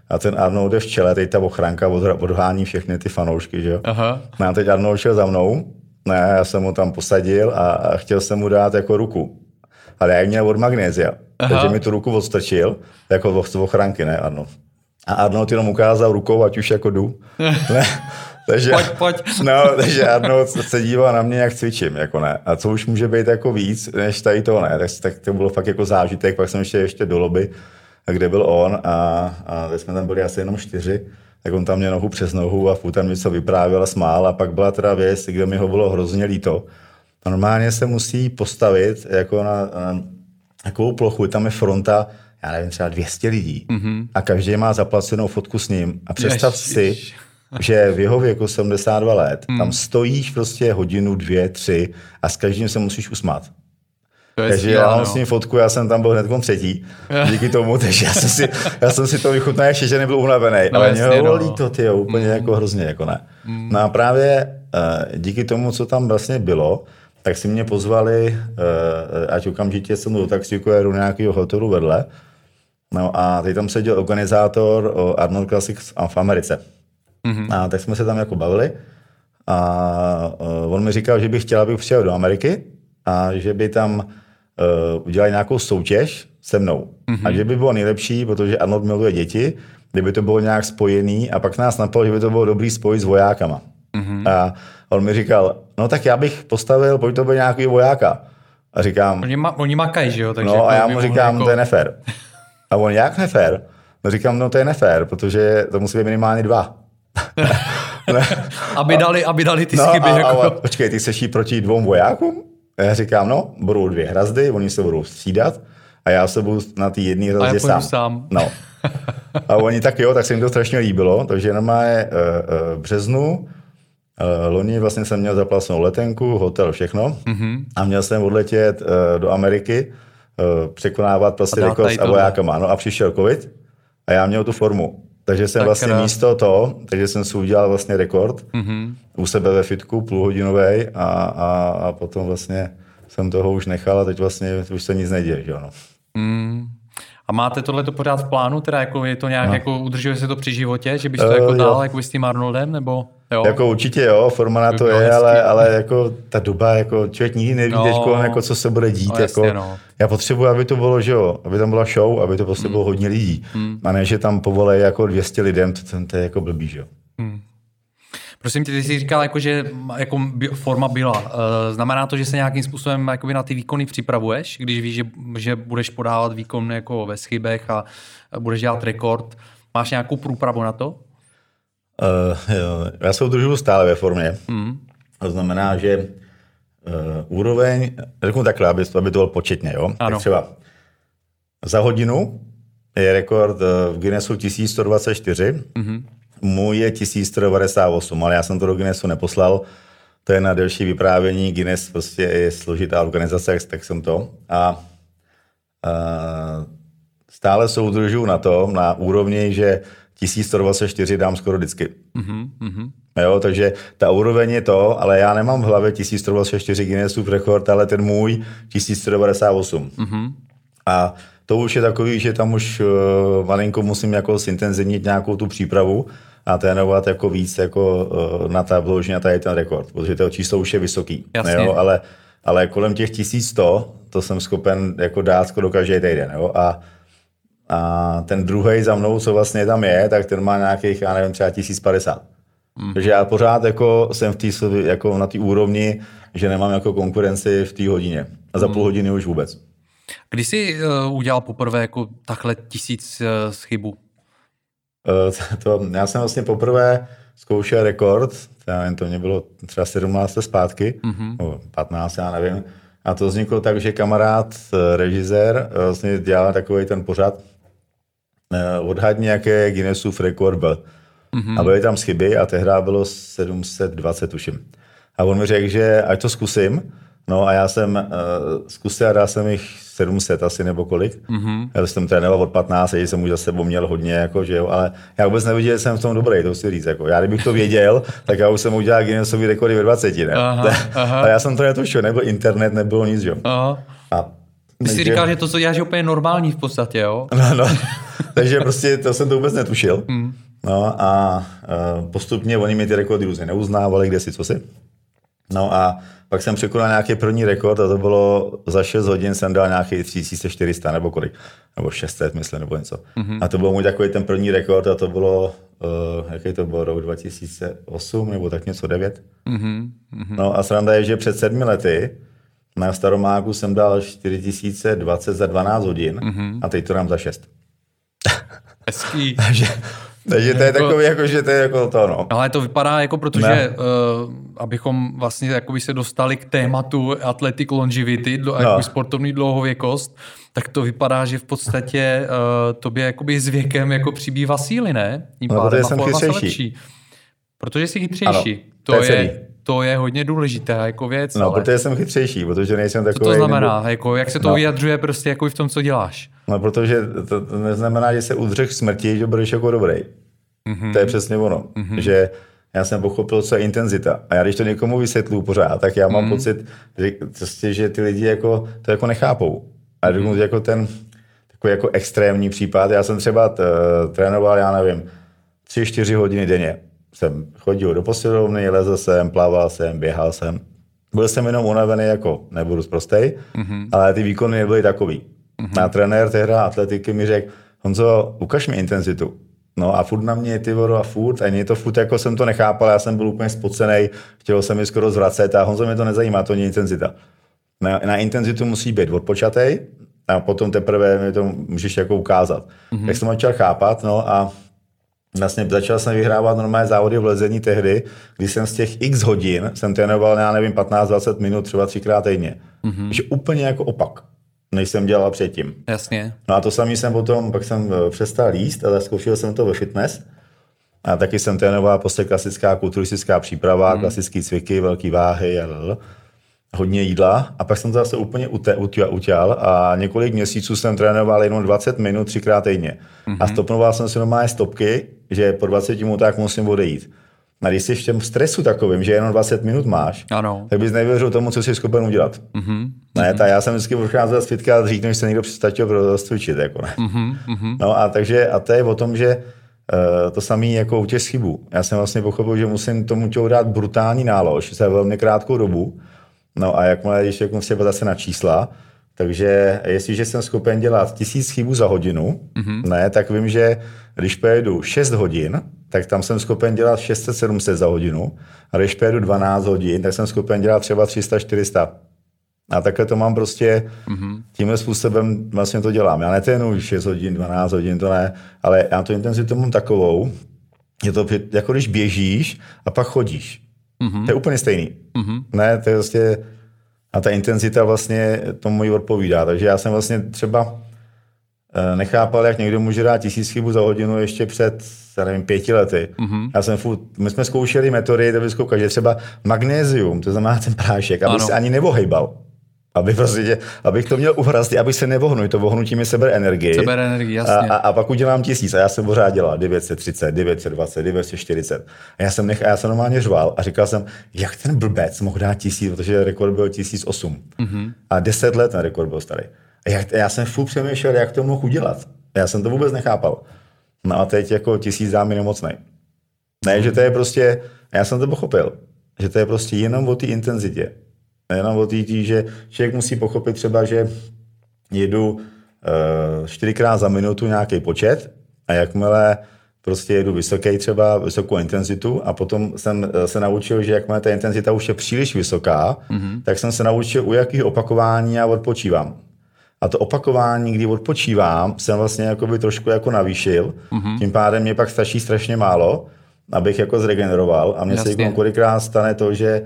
a ten Arnold je v čele, teď ta ochranka odhání všechny ty fanoušky, že jo. Aha. No a teď Arnold šel za mnou, ne, já jsem ho tam posadil a, a chtěl jsem mu dát jako ruku. Ale já ji měl od magnézia, takže mi tu ruku odstrčil, jako od ochranky, ne Arnold. A Arnold jenom ukázal rukou, ať už jako jdu. Ne, takže, pojď, pojď. No, takže Arnold se díval na mě, jak cvičím, jako ne. A co už může být jako víc, než tady to, ne. Tak, tak to bylo fakt jako zážitek, pak jsem ještě, ještě do lobby, kde byl on a, a teď jsme tam byli asi jenom čtyři, tak on tam měl nohu přes nohu a furt tam něco vyprávěl a smál a pak byla teda věc, kde mi ho bylo hrozně líto. Normálně se musí postavit jako na, na takovou plochu, tam je fronta, já nevím, třeba dvě stě lidí mm-hmm. a každý má zaplacenou fotku s ním a představ Ježiš. si, že v jeho věku sedmdesát dva let, mm. tam stojíš prostě hodinu, dvě, tři a s každým se musíš usmát. Takže já mám s ním fotku, já jsem tam byl hned třetí, díky tomu, takže já jsem si, já jsem si to vychutnal, ještě, že nebyl unavený, no, ale mě ho no. líto, tyjo, úplně mm. jako hrozně, jako ne. Mm. No a právě uh, díky tomu, co tam vlastně bylo, tak si mě pozvali, uh, ať okamžitě jsem do taxíku jedu do nějakého hotelu vedle, no a teď tam seděl organizátor Arnold Classics v Americe. Mm-hmm. A tak jsme se tam jako bavili a uh, on mi říkal, že by chtěl, abych přijel do Ameriky a že by tam uh, udělali nějakou soutěž se mnou. Mm-hmm. A že by bylo nejlepší, protože Arnold miluje děti, kdyby to bylo nějak spojený a pak nás napadlo, že by to bylo dobrý spojit s vojákama. Mm-hmm. A on mi říkal, no tak já bych postavil, pojď to být nějaký vojáka. A říkám... Oni, ma, oni makají, že jo? Takže no a já mu říkám, jako... to je nefér. A on, jak nefér? No říkám, no to je nefér, protože to musí být minimálně dva. aby, dali, aby dali ty no, chyby. A, jako... a, počkej, ty seš jí proti dvou vojákům? A já říkám, no, budou dvě hrazdy, oni se budou střídat a já se budu na té jedné hrazdě sám. sám. No. A oni tak jo, tak se jim to strašně líbilo, takže normálně uh, uh, březnu, uh, loni vlastně jsem měl zaplacenou letenku, hotel, všechno mm-hmm. a měl jsem odletět uh, do Ameriky, uh, překonávat prostě rekord s vojákama. No a přišel covid a já měl tu formu. Takže jsem tak vlastně krát. místo to, takže jsem si udělal vlastně rekord mm-hmm. u sebe ve fitku, půlhodinovej a, a, a potom vlastně jsem toho už nechal a teď vlastně už se nic neděje, jo no. Mm. A máte tohleto pořád v plánu, teda jako je to nějak, no. jako udržuje se to při životě, že bys to uh, jako dál jako s tím Arnoldem, nebo jo? Jako určitě jo, forma na to je, ale, ale jako ta doba, jako člověk nikdy neví no, teďko, jako co se bude dít, no, jasně, jako no. Já potřebuji, aby to bylo, že jo, aby tam byla show, aby to prostě mm. bylo hodně lidí, mm. a ne, že tam povolej jako dvě stě lidem, to, to, to je jako blbý, že jo. Mm. Prosím tě, ty jsi říkal, jako, že jako forma byla. Znamená to, že se nějakým způsobem jakoby na ty výkony připravuješ, když víš, že, že budeš podávat výkon jako ve schybech a budeš dělat rekord. Máš nějakou průpravu na to? Uh, jo. Já se udržuju stále ve formě. Mm. To znamená, že uh, úroveň, řeknu takhle, aby to, aby to bylo početně, jo? Tak třeba za hodinu je rekord v Guinnessu tisíc sto dvacet čtyři, mm-hmm. Můj je tisíc sto devadesát osm, ale já jsem to do Guinnessu neposlal. To je na delší vyprávění. Guinness prostě je složitá organizace, tak jsem to. A, a stále soudržuju na tom, na úrovni, že tisíc sto dvacet čtyři dám skoro vždycky. Mm-hmm. Jo, takže ta úroveň je to, ale já nemám v hlavě tisíc sto dvacet čtyři Guinnessův rekord, ale ten můj tisíc sto devadesát osm. Mm-hmm. A to už je takový, že tam už uh, malinko musím jako zintenzivnit nějakou tu přípravu a trénovat jako víc jako uh, na ta vložně na tady ten rekord, protože to číslo už je vysoký. Jo, ale, ale kolem těch tisíc sto, to jsem schopen jako dát skoro každý týden. Jo, a, a ten druhej za mnou, co vlastně tam je, tak ten má nějakých, já nevím, třeba tisíc padesát. Mm. Takže já pořád jako jsem v tý, jako na té úrovni, že nemám jako konkurenci v té hodině. A za mm. půl hodiny už vůbec. Kdy jsi uh, udělal poprvé jako takhle tisíc uh, chybu? Uh, to, já jsem vlastně poprvé zkoušel rekord, já nevím, to mě bylo třeba sedmnáct let zpátky, mm-hmm. no, patnáct, já nevím. A to vzniklo tak, že kamarád, režisér, vlastně dělal takový ten pořad, uh, odhadně, jaké Guinnessův rekord byl. Mm-hmm. A byly tam chyby a tehdy bylo sedm set dvacet, tuším. A on mi řekl, že ať to zkusím. No a já jsem uh, zkusil a dal jsem jich sedm set asi nebo kolik. Mm-hmm. Já jsem trénoval od patnácti, že jsem už za sebou měl hodně, jako, že jo, ale já vůbec nevěděl, že jsem v tom dobrý, to si říct. Jako. Já kdybych to věděl, tak já už jsem udělal Guinnessový rekordy ve dvaceti, ne? Aha, aha. A já jsem to netušil, nebyl internet, nebylo nic, jo. Aha. A ty jsi říkal, že to, co děláš, je úplně normální v podstatě, jo? No, no. Takže prostě to jsem to vůbec netušil. Mm. No a uh, postupně oni mi ty rekordy různě neuznávali, kde si, co si. No a pak jsem překonal nějaký první rekord a to bylo za šest hodin jsem dal nějaký tři tisíce čtyři sta nebo kolik, nebo šest set, myslím, nebo něco. Mm-hmm. A to byl můj takový ten první rekord a to bylo, uh, jaký to byl, rok dva tisíce osm nebo tak něco, devět. Mm-hmm. No a sranda je, že před sedmi lety na Staromáku jsem dal čtyři tisíce dvacet za dvanáct hodin mm-hmm. a teď to dám za šest. Hezký. takže, takže to je takový, jako, že to je jako to, no. Ale to vypadá jako, protože uh, abychom vlastně jakoby se dostali k tématu athletic longevity, do, no. sportovní dlouhověkost, tak to vypadá, že v podstatě uh, tobě jakoby s věkem jako přibývá síly, ne? Tím no, pádem jsem chytřejší. Protože jsi chytřejší. Ano, to, to, je, je, to je hodně důležitá jako věc. No, ale... protože jsem chytřejší, protože nejsem takový... Co to znamená? Nebo... Jako, jak se to no. vyjadřuje prostě jako v tom, co děláš? No, protože to, to neznamená, že se udřeš smrti, že budeš jako dobrý. Mm-hmm. To je přesně ono. Mm-hmm. Že já jsem pochopil, co je intenzita. A já když to někomu vysvětluju pořád, tak já mám mm-hmm. pocit, že, prostě, že ty lidi jako, to jako nechápou. A mm-hmm. jako ten takový jako extrémní případ. Já jsem třeba t, trénoval, já nevím, tři, čtyři hodiny denně. Jsem chodil do posilovny, lezl jsem, plaval jsem, běhal jsem. Byl jsem jenom unavený, jako nebudu zprostej, mm-hmm. ale ty výkony nebyly takový. Mm-hmm. A trenér tehda atletiky mi řekl, Honzo, ukaž mi intenzitu. No a furt na mě ty vodo a furt, a mě to furt jako jsem to nechápal, já jsem byl úplně spocenej, chtěl jsem mi skoro zvracet a Honzo, mě to nezajímá, to není intenzita. Na, na intenzitu musí být odpočatej a potom teprve mi to můžeš jako ukázat. Mm-hmm. Tak jsem začal chápat, no a vlastně začal jsem vyhrávat normální závody v lezení tehdy, kdy jsem z těch x hodin jsem trénoval, já nevím, patnáct dvacet minut, třeba třikrát týdně. Mm-hmm. Takže úplně jako opak, než jsem dělal předtím. Jasně. No a to samý jsem potom, pak jsem přestal jíst, ale zkoušel jsem to ve fitness. A taky jsem trénoval prostě klasická kulturistická příprava, mm. klasické cviky, velké váhy a hodně jídla. A pak jsem to zase úplně utěl a několik měsíců jsem trénoval jenom dvacet minut třikrát týdně. Mm-hmm. A stopnoval jsem si normálně stopky, že po dvaceti minutách musím odejít. A když jsi v tom stresu takovým, že jenom dvacet minut máš, ano. tak bys nevěřil tomu, co jsi schopen udělat. Mm-hmm. Ne, tak já jsem vždycky odcházel z fitka a dřív, než se někdo přestačil rozcvičit. Jako ne. Mm-hmm. No a takže, a to je o tom, že uh, to samé jako u těch chybů. Já jsem vlastně pochopil, že musím tomu tělu dát brutální nálož za velmi krátkou dobu. No a jakmile, když jako třeba zase na čísla, takže jestliže jsem schopen dělat tisíc chybů za hodinu, mm-hmm. ne, tak vím, že když pojedu šest hodin, tak tam jsem schopen dělat šest set sedm set za hodinu. A když pojedu dvanáct hodin, tak jsem schopen dělat třeba tři sta čtyři sta. A takhle to mám prostě, mm-hmm. tímhle způsobem vlastně to dělám. Já netrénuji šest hodin, dvanáct hodin, to ne, ale já tu intenzitu mám takovou, je to jako když běžíš a pak chodíš. Mm-hmm. To je úplně stejný. Mm-hmm. Ne, to je vlastně, a ta intenzita vlastně tomu ji odpovídá. Takže já jsem vlastně třeba nechápal, jak někdo může dát tisíc chybů za hodinu ještě před, já nevím, pěti lety. Mm-hmm. Já jsem furt, my jsme zkoušeli metody, to vyzkoušel, že třeba magnézium, to znamená ten prášek, aby se ani nevohejbal. Aby prostě, abych to měl uhrazit, abych se nevohnul, to vohnutí mi sebere energii. Sebere energii, jasně. A, a, a pak udělám tisíc a já jsem pořád dělal devět set třicet, devět set dvacet, devět set čtyřicet. A já jsem, nech, a já jsem normálně řval a říkal jsem, jak ten blbec mohl dát tisíc, protože rekord byl tisíc osm. Mm-hmm. A deset let ten rekord byl starý. A já, já jsem furt přemýšlel, jak to mohl udělat. Já jsem to vůbec nechápal. No a teď jako tisíc dá mi nemocnej. Ne, mm-hmm. že to je prostě, já jsem to pochopil, že to je prostě jenom o té intenzitě. Jenom o té, že člověk musí pochopit třeba, že jedu uh, čtyřikrát za minutu nějaký počet a jakmile prostě jedu vysoký třeba, vysokou intenzitu a potom jsem se naučil, že jakmile ta intenzita už je příliš vysoká, mm-hmm. tak jsem se naučil, u jakých opakování já odpočívám. A to opakování, kdy odpočívám, jsem vlastně jakoby trošku jako navýšil, mm-hmm. tím pádem mě pak stačí strašně málo, abych jako zregeneroval a mně se kolikrát stane to, že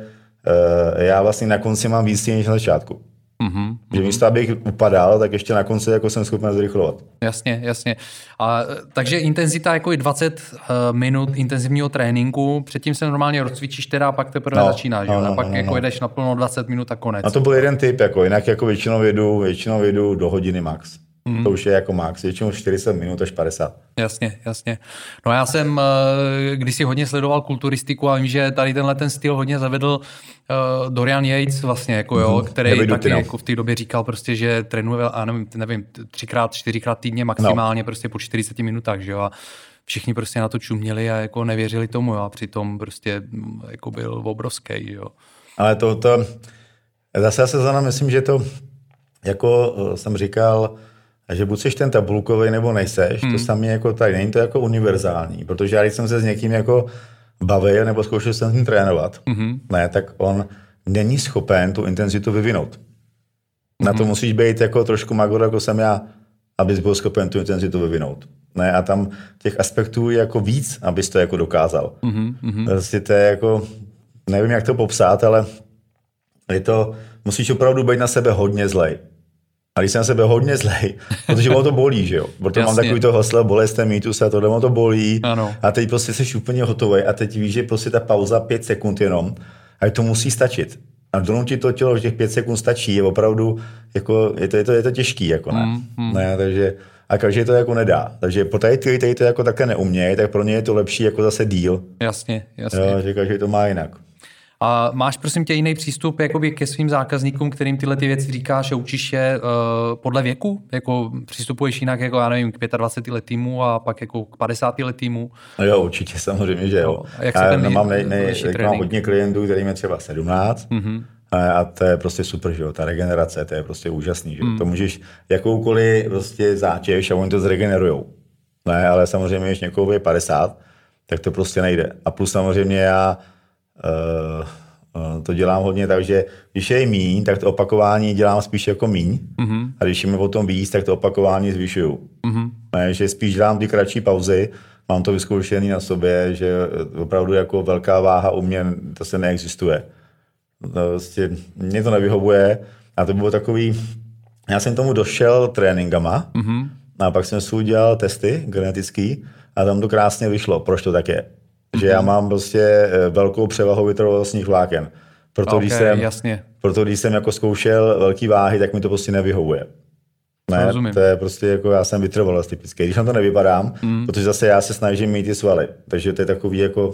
uh, já vlastně na konci mám víc než na začátku. Mm-hmm. Že místo, abych upadal, tak ještě na konci jako jsem schopen zrychlovat. Jasně, jasně. A, takže intenzita jako i dvacet uh, minut intenzivního tréninku, předtím se normálně rozcvičíš teda a pak teprve no, začínáš, no, no, a pak no, jako no. jedeš naplno dvacet minut a konec. A to byl jeden typ, jako, jinak jako většinou jedu, většinou jedu do hodiny max. Mm. To už je jako max, většinou čtyřicet minut až padesát. Jasně, jasně. No já jsem, když si hodně sledoval kulturistiku a vím, že tady tenhle ten styl hodně zavedl uh, Dorian Yates vlastně, jako jo, mm. který Nebydu taky jako v té době říkal prostě, že trénuje, a nevím, nevím, třikrát, čtyřikrát týdně maximálně no. prostě po čtyřiceti minutách, že jo, a všichni prostě na to čuměli a jako nevěřili tomu, jo, a přitom prostě jako byl obrovský, jo. Ale to, to zase se za myslím, že to, jako jsem říkal, že buď seš ten tabulkový, nebo nejseš, hmm. to samé jako tady, není to jako univerzální, protože já když jsem se s někým jako bavil, nebo zkoušel jsem s ním trénovat, hmm. ne, tak on není schopen tu intenzitu vyvinout. Hmm. Na to musíš být jako trošku magor, jako jsem já, abys byl schopen tu intenzitu vyvinout. Ne, a tam těch aspektů je jako víc, abys to jako dokázal. Mm-hmm. Vlastně to je jako, nevím, jak to popsat, ale je to, musíš opravdu být na sebe hodně zlej. A když jsem na sebe hodně zlej, protože ono to bolí, že jo? Protože mám takový to heslo, bolestem mýtus a tohle, ono to bolí. Ano. A teď prostě jsi úplně hotový a teď víš, že prostě ta pauza pět sekund jenom a to musí stačit. A donutit to tělo, že těch pět sekund stačí, je opravdu, jako, je to, je to, je to těžký, jako ne. Mm, mm. ne takže a každý to jako nedá. Takže po tady ty, tady to jako také neumějí, tak pro ně je to lepší jako zase díl. Jasně, jasně. Jo, že každý to má jinak. A máš prosím tě jiný přístup jakoby ke svým zákazníkům, kterým tyhle ty věci říkáš a učíš je uh, podle věku? Jako přistupuješ jinak jako, já nevím, k dvaceti pěti letýmu a pak jako k padesáti letýmu? No jo, určitě, samozřejmě, že jo. A jak se ten mám, nej, nej, mám hodně klientů, kterým je třeba sedmnáct. Mm-hmm. A to je prostě super, že jo, ta regenerace, to je prostě úžasný, že jo. Mm. To můžeš jakoukoliv prostě zátěž a oni to zregenerujou. Ne, ale samozřejmě, když někoho je padesát, tak to prostě nejde. A plus samozřejmě já uh, to dělám hodně tak, že když je míň, tak to opakování dělám spíš jako míň. Mm-hmm. A když je mi potom víc, tak to opakování zvyšuju. Mm-hmm. Ne, že spíš dělám ty kratší pauzy, mám to vyzkoušený na sobě, že opravdu jako velká váha u mě, to se neexistuje. Vlastně mě to nevyhovuje a to bylo takový, já jsem tomu došel tréninkama mm-hmm. a pak jsem si udělal testy genetický a tam to krásně vyšlo, proč to tak je. Mm-hmm. Že já mám prostě velkou převahu vytrvalostních vláken. Proto, okay, když jsem, jasně. proto když jsem jako zkoušel velký váhy, tak mi to prostě nevyhovuje. Ne, Rozumím. To je prostě jako já jsem vytrvalost typický. Když na to nevypadám, mm. protože zase já se snažím mít ty svaly. Takže to je takový jako...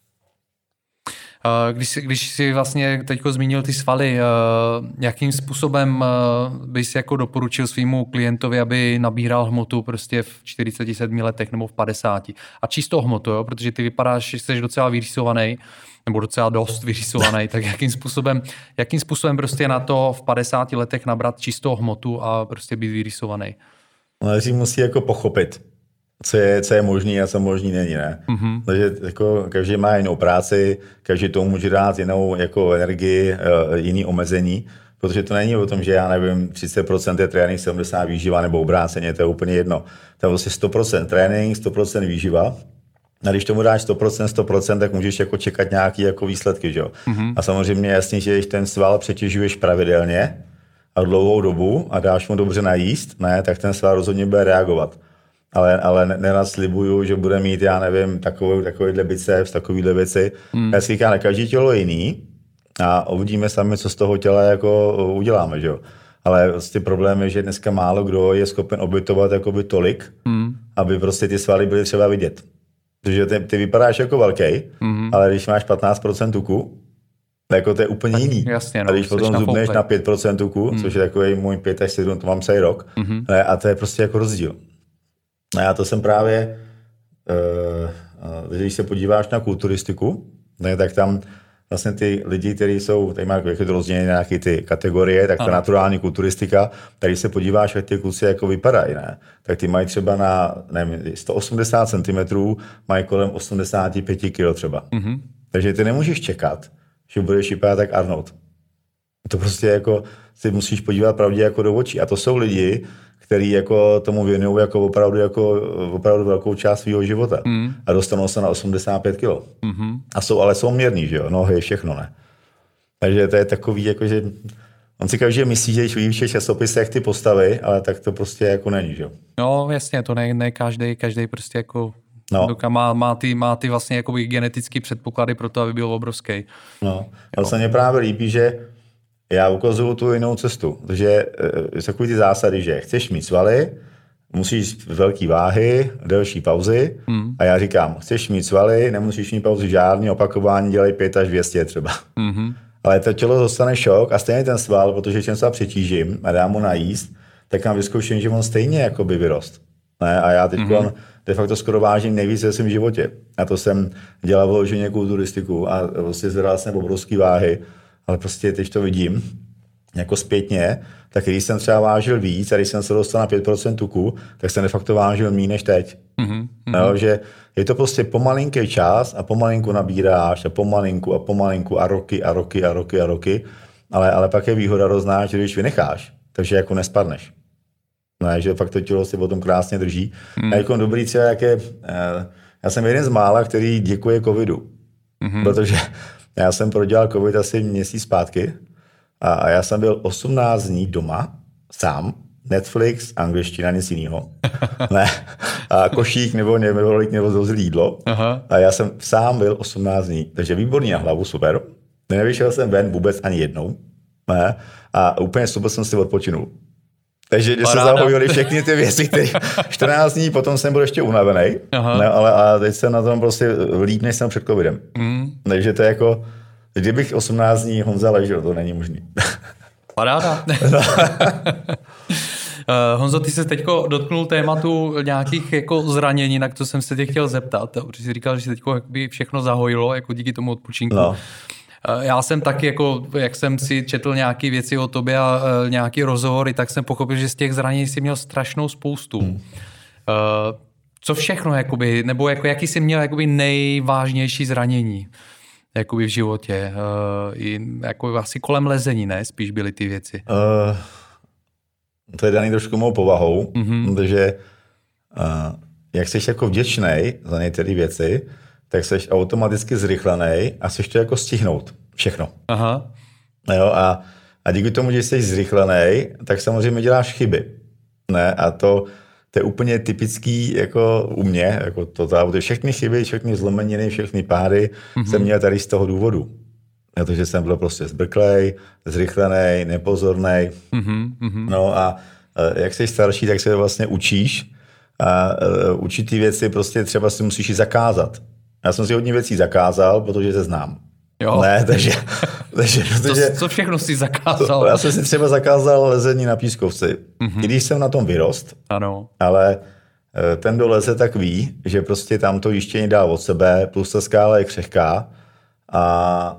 Když jsi, když jsi vlastně teďko zmínil ty svaly, jakým způsobem bys jako doporučil svýmu klientovi, aby nabíral hmotu prostě v čtyřiceti sedmi letech nebo v padesáti? A čistou hmotu, jo? Protože ty vypadáš, že jsi docela vyrýsovaný, nebo docela dost vyrýsovaný, tak jakým způsobem, jakým způsobem prostě na to v padesáti letech nabrat čistou hmotu a prostě být vyrýsovaný? No, si musí jako pochopit, co je, co je možný a co možný není, ne? Mm-hmm. Takže jako každý má jinou práci, každý tomu může dát jinou jako energii, jiný omezení, protože to není o tom, že já nevím, třicet procent je trénink, sedmdesát procent výživa nebo obráceně, to je úplně jedno. To je vlastně sto procent trénink, sto procent výživa. A když tomu dáš sto procent, sto procent, tak můžeš jako čekat nějaké jako výsledky, že jo? Mm-hmm. A samozřejmě jasně, že když ten sval přetěžuješ pravidelně a dlouhou dobu a dáš mu dobře najíst, ne, tak ten sval rozhodně bude reagovat. Ale, ale nerad slibuju, že bude mít, já nevím, takový, takovýhle biceps, takovýhle věci. Mm. Já si říkám, na každý tělo je jiný a uvidíme sami, co z toho těla jako uděláme, že jo? Ale vlastně problém je, že dneska málo kdo je schopen obětovat jakoby tolik, mm. aby prostě ty svaly byly třeba vidět. Protože ty, ty vypadáš jako velký, mm. ale když máš patnáct procent tuku, jako to je úplně tak, jiný. Jasně, no, a když potom zubneš na pět procent tuku, mm. což je takový můj pět až sedm, to mám celý rok, mm. a to je prostě jako rozdíl. A já to jsem právě, uh, když se podíváš na kulturistiku, ne, tak tam vlastně ty lidi, kteří jsou, tady mají jako rozdělené nějaké ty kategorie, tak ta ano. naturální kulturistika, tak když se podíváš, jak ty kluci jako vypadají, ne, tak ty mají třeba na nevím, sto osmdesát centimetrů, mají kolem osmdesát pět kilo třeba. Mm-hmm. Takže ty nemůžeš čekat, že budeš vypadat tak Arnold. To prostě jako si musíš podívat pravdě jako do očí. A to jsou lidi, který jako tomu věnují jako opravdu, jako opravdu velkou část svého života. Mm. A dostanou se na osmdesát pět kilo. Mm-hmm. A jsou, ale jsou měrný, že jo? Nohy, všechno, ne? Takže to je takový, jako že on si každý myslí, že když vidí v časopisech ty postavy, ale tak to prostě jako není, že jo? No jasně, to ne, ne každý, každý prostě jako no. má, má, ty, má ty vlastně jakoby genetický předpoklady pro to, aby byl obrovský. No, ale se mně právě líbí, že já ukazuju tu jinou cestu. Takže jsou takový ty zásady, že chceš mít svaly, musíš velký váhy, delší pauzy mm. a já říkám, chceš mít svaly, nemusíš mít pauzy žádný, opakování dělej pět až dvě stě třeba. Mm-hmm. Ale to tělo dostane šok a stejně ten sval, protože čím se přetížím a dám mu najíst, tak mám vyzkoušení, že on stejně jakoby vyrost. Ne? A já teď mm-hmm. de facto skoro vážím nejvíc ve svém životě. A to jsem dělal vyloženě kulturistiku a vlastně zvedal jsem obrovský váhy, ale prostě teď to vidím jako zpětně, tak když jsem třeba vážil víc a když jsem se dostal na pět procent tuku, tak jsem de facto vážil méně než teď. Mm-hmm. No, že je to prostě pomalinký čas a pomalinku nabíráš a pomalinku a pomalinku a roky a roky a roky a roky, ale, ale pak je výhoda roznáš, že když vynecháš, takže jako nespadneš. No, že fakt to tělo si potom krásně drží. Mm. A jako dobrý třeba, jak je, já jsem jeden z mála, který děkuje covidu, mm-hmm. protože já jsem prodělal covid asi měsíc zpátky a, a já jsem byl osmnáct dní doma, sám, Netflix, angličtina, nic jiného. Ne. A košík nebo nebo, nebo zlozil jídlo. Aha. A já jsem sám byl osmnáct dní. Takže výborný na hlavu, super. Nevyšel jsem ven vůbec ani jednou. Ne. A úplně super jsem si odpočinul. Takže když se zahojily všechny ty věci, které čtrnáct dní, potom jsem byl ještě unavený, ne, ale a teď jsem na tom prostě líp, než jsem před covidem. Mm. Takže to je jako, kdybych osmnáct dní Honza ležel, to není možný. Paráda. No. Uh, Honzo, ty se teďko dotknul tématu nějakých jako zranění, na to jsem se tě chtěl zeptat, protože jsi říkal, že se teďko všechno zahojilo jako díky tomu odpočinku. No. Já jsem taky, jako, jak jsem si četl nějaké věci o tobě a uh, nějaké rozhovory, tak jsem pochopil, že z těch zranění jsi měl strašnou spoustu. Hmm. Uh, co všechno, jakoby, nebo jako, jaký jsi měl jakoby nejvážnější zranění jakoby v životě? Uh, i, jako asi kolem lezení, ne? Spíš byly ty věci. Uh, to je daný trošku mou povahou, mm-hmm. protože uh, jak jsi jako vděčnej za některé věci, tak jsi automaticky zrychlenej a chceš to jako stihnout všechno. Aha. Jo, a, a díky tomu, že jsi zrychlenej, tak samozřejmě děláš chyby. Ne? A to, to je úplně typický jako u mě. Jako to, to, všechny chyby, všechny zlomeniny, všechny pády mm-hmm. jsem měl tady z toho důvodu. Protože jsem byl prostě zbrklej, zrychlenej, nepozornej. Mm-hmm. No a jak jsi starší, tak se vlastně učíš. A uh, určitý věci prostě třeba si musíš i zakázat. Já jsem si hodně věcí zakázal, protože se znám. Jo. Ne, takže... takže protože, to, co všechno jsi zakázal? To, já jsem si třeba zakázal lezení na pískovci. Mm-hmm. I když jsem na tom vyrost, ano. Ale ten, kdo leze, tak ví, že prostě tam to jištění dá od sebe, plus ta skála je křehká. A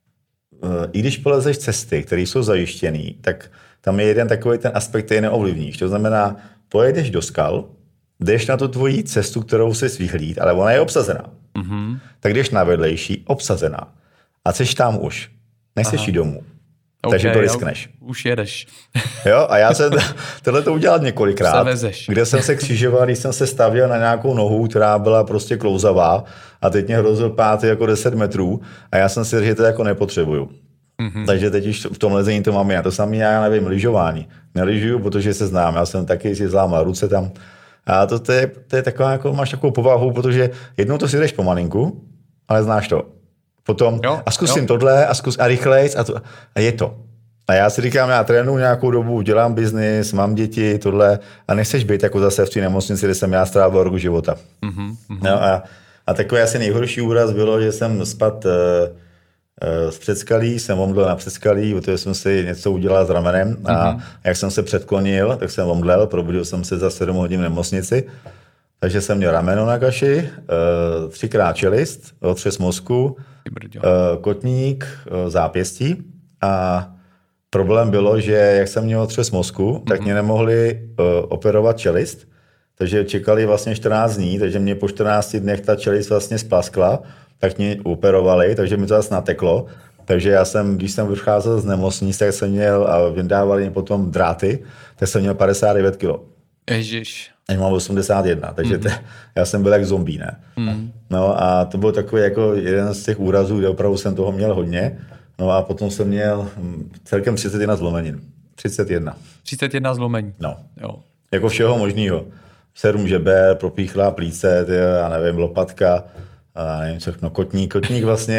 i když polezeš cesty, které jsou zajištěné, tak tam je jeden takový ten aspekt, který neovlivníš. To znamená, pojedeš do skal, jdeš na tu tvoji cestu, kterou jsi vyhlíd, ale ona je obsazená. Mm-hmm. Tak jdeš na vedlejší, obsazená. A jsi tam už. Nechceš jít domů. Okay, takže to riskneš. Už jedeš. Jo, a já jsem tohle to udělal několikrát, kde jsem se křižoval, když jsem se stavěl na nějakou nohu, která byla prostě klouzavá a teď mě hrozil pát jako deset metrů a já jsem si řekl, že to jako nepotřebuju. Mm-hmm. Takže teď už v tom lezení to mám já. To samé já nevím, lyžování. Nelyžuju, protože se znám. Já jsem taky si zlámal ruce tam. A to, to, je, to je taková, jako máš takovou povahu, protože jednou to si jdeš pomalinku, ale znáš to. Potom jo, a zkusím jo. tohle a zkus a rychlejc a, to, a je to. A já si říkám, já trénuji nějakou dobu, dělám biznis, mám děti, tohle a nechceš být jako zase v té nemocnici, kde jsem já strávil roku života. Mm-hmm. No a, a takový asi nejhorší úraz bylo, že jsem spadl uh, uh, z předskalí, jsem omdlel na předskalí, protože jsem si něco udělal s ramenem a mm-hmm. jak jsem se předklonil, tak jsem omdlel, probudil jsem se za sedm hodin v nemocnici. Takže jsem měl rameno na kaši, uh, třikrát čelist, otřes mozku, uh, kotník, uh, zápěstí a problém bylo, že jak jsem měl otřes mozku, mm-hmm. tak mě nemohli uh, operovat čelist, takže čekali vlastně čtrnáct dní, takže mě po čtrnácti dnech ta čelist vlastně splaskla, tak mě operovali, takže mi to zase nateklo. Takže já jsem, když jsem vycházel z nemocnice, tak jsem měl a vydávali mě potom dráty, tak jsem měl padesát devět kilo. Ježiš. Já mám osmdesát jedna, takže te, já jsem byl jak zombie, ne? Mm. No a to byl takový jako jeden z těch úrazů, kde opravdu jsem toho měl hodně. No a potom jsem měl celkem třicet jedna zlomenin. třicet jedna. třicet jedna zlomení. No. Jo. Jako všeho možného. Sedm žeber, propíchlá plíce, ty, já nevím, lopatka, a nevím co, no kotník. Kotník vlastně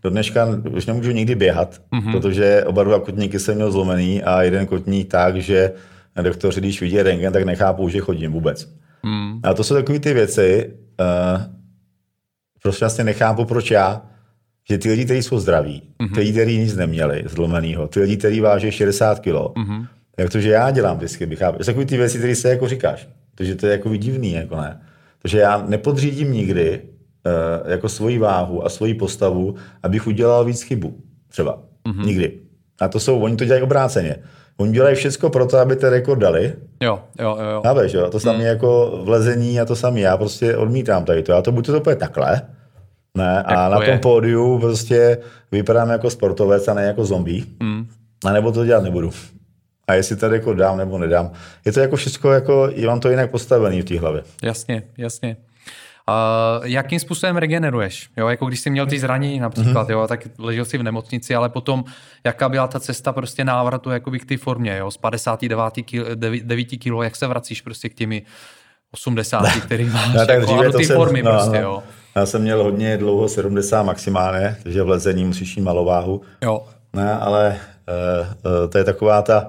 do dneška už nemůžu nikdy běhat, mm-hmm. protože oba dva kotníky jsem měl zlomený a jeden kotník tak, že doktoři, když vidí rentgen, tak nechápou, že chodím vůbec. Mm. A to jsou takové ty věci, uh, prostě vlastně nechápu, proč já, že ty lidi, kteří jsou zdraví, mm-hmm. ty lidi, kteří nic neměli zlomenýho, ty lidi, kteří váží šedesát kilo, mm-hmm. jak to, že já dělám vždycky, bych chápu. To jsou takové ty věci, které se jako říkáš, protože to je jako divný, jako ne. Takže já nepodřídím nikdy uh, jako svoji váhu a svoji postavu, abych udělal víc chybu. Třeba. Mm-hmm. Nikdy. A to jsou, oni to dělají obráceně. Oni dělají všechno pro to, aby ten rekord dali. Jo, jo, jo. Chápeš, jo? To samé mm. jako v lezení a to samé. Já prostě odmítám tady to. Já to buď to bude takhle, ne? A na tom je. pódiu prostě vypadám jako sportovec a ne jako zombie. Mm. A nebo to dělat nebudu. A jestli ten rekord dám nebo nedám. Je to jako všechno, jako, mám to jinak postavený v té hlavě. Jasně, jasně. Uh, jakým způsobem regeneruješ? Jo, jako když jsi měl ty zranění například, mm-hmm. jo, tak ležel jsi v nemocnici, ale potom jaká byla ta cesta prostě návratu jakoby k té formě, jo, z padesát devět kilo, jak se vracíš prostě k těmi osmdesáti, který máš, no, jako, a do té formy no, prostě, no. jo. Já jsem měl hodně dlouho sedmdesát maximálně, takže v lezení musíš mít malou váhu. Jo. Ne, ale uh, uh, to je taková ta,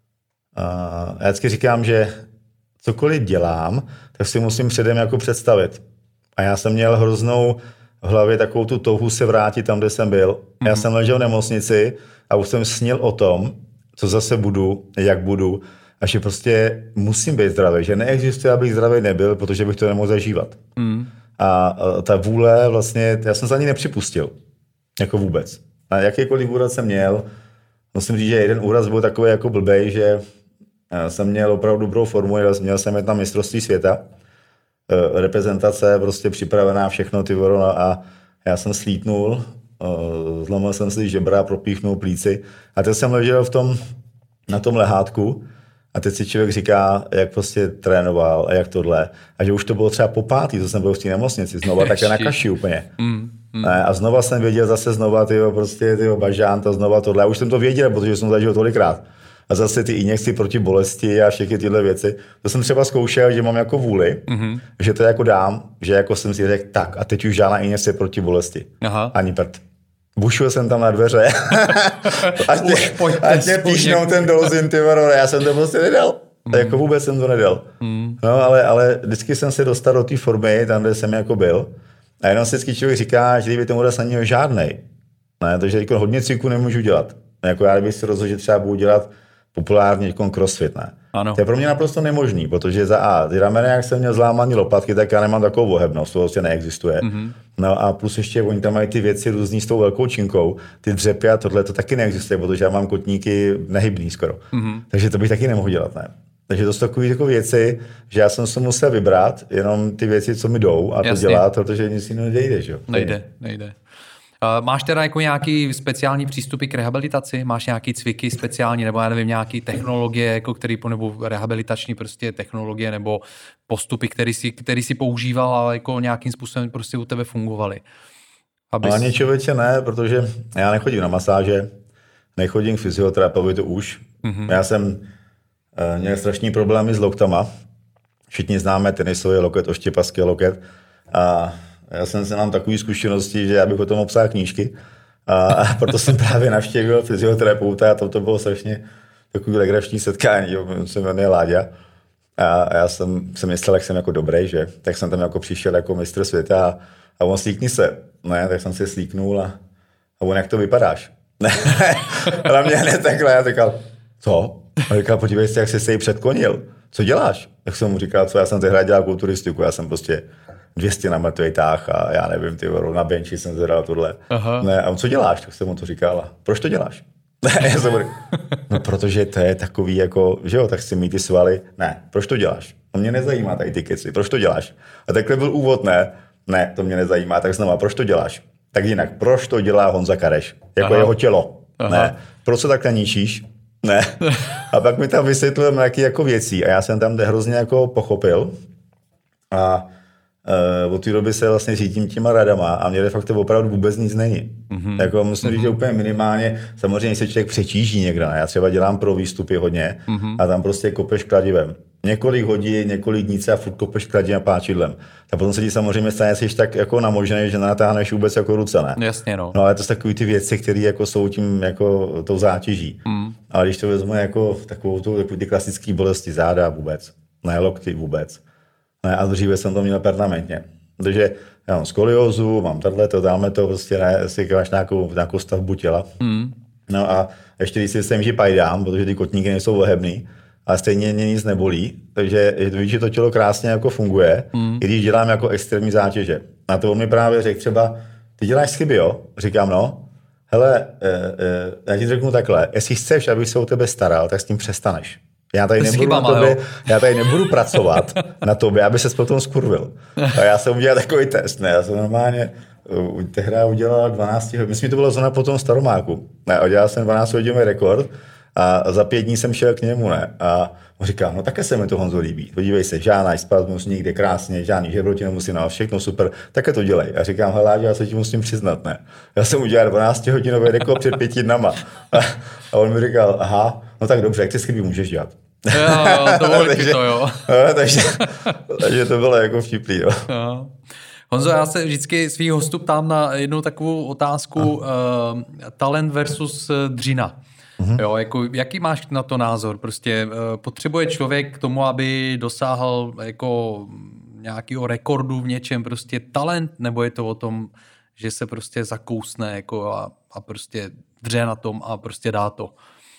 uh, já vždycky říkám, že cokoliv dělám, tak si musím předem jako představit. A já jsem měl hroznou v hlavě takovou tu touhu se vrátit tam, kde jsem byl. Mm-hmm. Já jsem ležel v nemocnici a už jsem snil o tom, co zase budu, jak budu, a že prostě musím být zdravý, že neexistuje, abych zdravý nebyl, protože bych to nemohl zažívat. Mm. A, a ta vůle vlastně, já jsem se ani nepřipustil. Jako vůbec. A jakýkoliv úraz jsem měl, musím říct, že jeden úraz byl takový jako blbej, že jsem měl opravdu dobrou formu, měl jsem tam mistrovství světa, reprezentace prostě připravená, všechno ty voro, a já jsem slítnul, zlomil jsem si žebra, propíchnul plíci a teď jsem ležel v tom, na tom lehátku a teď si člověk říká, jak prostě trénoval a jak tohle, a že už to bylo třeba po pátý, co jsem byl v té nemocnici, znova také na kaši úplně. Mm, mm. A znova jsem věděl zase znova tyjo, prostě tyjo, bažant a znova tohle, a už jsem to věděl, protože jsem to zažil tolikrát. A zase ty injekci proti bolesti a všechny tyhle věci. To jsem třeba zkoušel, že mám jako vůli, mm-hmm. že to jako dám, že jako jsem si řekl tak a teď už žádná injekce proti bolesti. Aha. Ani prd. Bušil jsem tam na dveře. ať mě, ať mě píšnou ten dolzin, ty varo, já jsem to prostě nedal. Mm. A jako vůbec jsem to nedal. Mm. No, ale, ale vždycky jsem se dostal do té formy, tam, kde jsem jako byl. A jenom si vždycky člověk říká, že kdyby ten úraz není žádnej. Ne, takže jako hodně cviku nemůžu dělat. Jako já kdybych si rozhodl, že třeba budu dělat populárně jako crossfit, ne? Ano. To je pro mě naprosto nemožný, protože za A, ty rameny, jak jsem měl zlámaný lopatky, tak já nemám takovou ohebnost, to vlastně neexistuje. Mm-hmm. No a plus ještě oni tam mají ty věci různý s tou velkou činkou, ty dřepy a tohle, to taky neexistuje, protože já mám kotníky nehybný skoro. Mm-hmm. Takže to bych taky nemohl dělat, ne? Takže to jsou takové jako věci, že já jsem se musel vybrat jenom ty věci, co mi jdou, a to Jasně. dělat, protože nic jiného nejde, že jo? Nejde, nejde. Uh, máš teda jako nějaký speciální přístupy k rehabilitaci? Máš nějaký cviky speciální, nebo já nevím, nějaký technologie, jako který, nebo rehabilitační prostě technologie, nebo postupy, který si, který si používal, ale jako nějakým způsobem prostě u tebe fungovaly? Abys... Ale člověče ne, protože já nechodím na masáže, nechodím k fyzioterapeutu už. Mm-hmm. Já jsem uh, měl strašný problémy s loktama. Všichni známe tenisový loket, oštěpaský loket. A já jsem se mám takové zkušenosti, že já bych o tom obsal knížky, a, a proto jsem právě navštívil fyzioterapeuta a to, to bylo strašně takový legrační setkání, jo, se jmenuje Láďa. A, a já jsem se myslel, jak jsem jako dobrý, že? Tak jsem tam jako přišel jako mistr světa a, a on slíkni se. Ne, tak jsem se slíknul a, a on, jak to vypadáš? Ale mě hned takhle, já říkal, co? A říkal, podívej se, jak jsi se jí předkonil. Co děláš? Tak jsem mu říkal, co, já jsem tehdy dělal kulturistiku, já jsem prostě dvě stě na mrtvej táh a já nevím, ty na benči jsem zvedal tohle. Aha. Ne, a on, co děláš? Tak jsem mu to říkal. Proč to děláš? Ne, já jsem říkal, no protože to je takový jako, že jo, tak chci mít ty svaly. Ne, proč to děláš? To mě nezajímá tady ty keci, proč to děláš? A takhle byl úvod, ne, ne, to mě nezajímá, tak znova, proč to děláš? Tak jinak, proč to dělá Honza Kareš? Jako Aha. jeho tělo. Aha. Ne, proč se takhle ničíš? Ne. A pak mi tam vysvětlil nějaké jako věcí a já jsem tam hrozně jako pochopil a Uh, od té doby se vlastně řídím těma radama a mě de facto opravdu vůbec nic není. Mm-hmm. Jako musím říct, mm-hmm. že úplně minimálně, samozřejmě se člověk přetíží někde, ne? Já třeba dělám pro výstupy hodně mm-hmm. a tam prostě kopeš kladivem. několik hodin, několik dní a furt kopeš kladím a páčidlem. A potom se ti samozřejmě stane, jsi tak jako namožený, že natáhneš vůbec jako ruce, ne? Jasně, no. No ale to jsou takový ty věci, které jako jsou tím jako tou zátěží. Mm. Ale když to vezmu jako takovou tu, takový ty klasické bolesti záda vůbec, ne lokty vůbec. Ne, a dříve jsem to měl permanentně. Takže já mám skoliózu, mám tohleto, dáme to, prostě ne, si máš nějakou, nějakou stavbu těla. Mm. No a ještě když si myslím, že pajdám, protože ty kotníky nejsou ohebný, ale stejně mě nic nebolí, takže víš, že to tělo krásně jako funguje, mm. i když dělám jako extrémní zátěže. A to on mi právě řekl třeba, ty děláš chyby, jo? Říkám, no, hele, e, e, já ti řeknu takhle, jestli chceš, abych se o tebe staral, tak s tím přestaneš. Já tady, nebudu chybama, na tobě, já tady nebudu pracovat na tobě, aby ses potom skurvil. A já jsem udělal takový test, ne? Já jsem normálně tehdy udělal dvanáct hodin, myslím, že to bylo zóna po tom Staromáku. Ne, udělal jsem dvanáct hodinový rekord a za pět dní jsem šel k němu, ne? A on říká, no také se mi to, Honzo, líbí. Podívej se, žádný spasmus, nikde krásně, žádný žebro ti nemusí na všechno super, také to dělej. A říkám, hele, já se ti musím přiznat, ne? Já jsem udělal dvanáct hodinový rekord před pěti dnama. A, a on mi říkal, aha, no tak dobře, jak ty chyby můžeš dělat? Jo, jo, to bylo takže, to, jo. No, takže, takže to bylo jako vtipný, jo. jo. Honzo, já se vždycky svých hostů ptám na jednu takovou otázku, uh, talent versus dřina. Mm-hmm. Jo, jako, jaký máš na to názor? Prostě uh, potřebuje člověk k tomu, aby dosáhl jako nějakého rekordu v něčem, prostě talent, nebo je to o tom, že se prostě zakousne jako a, a prostě dře na tom a prostě dá to?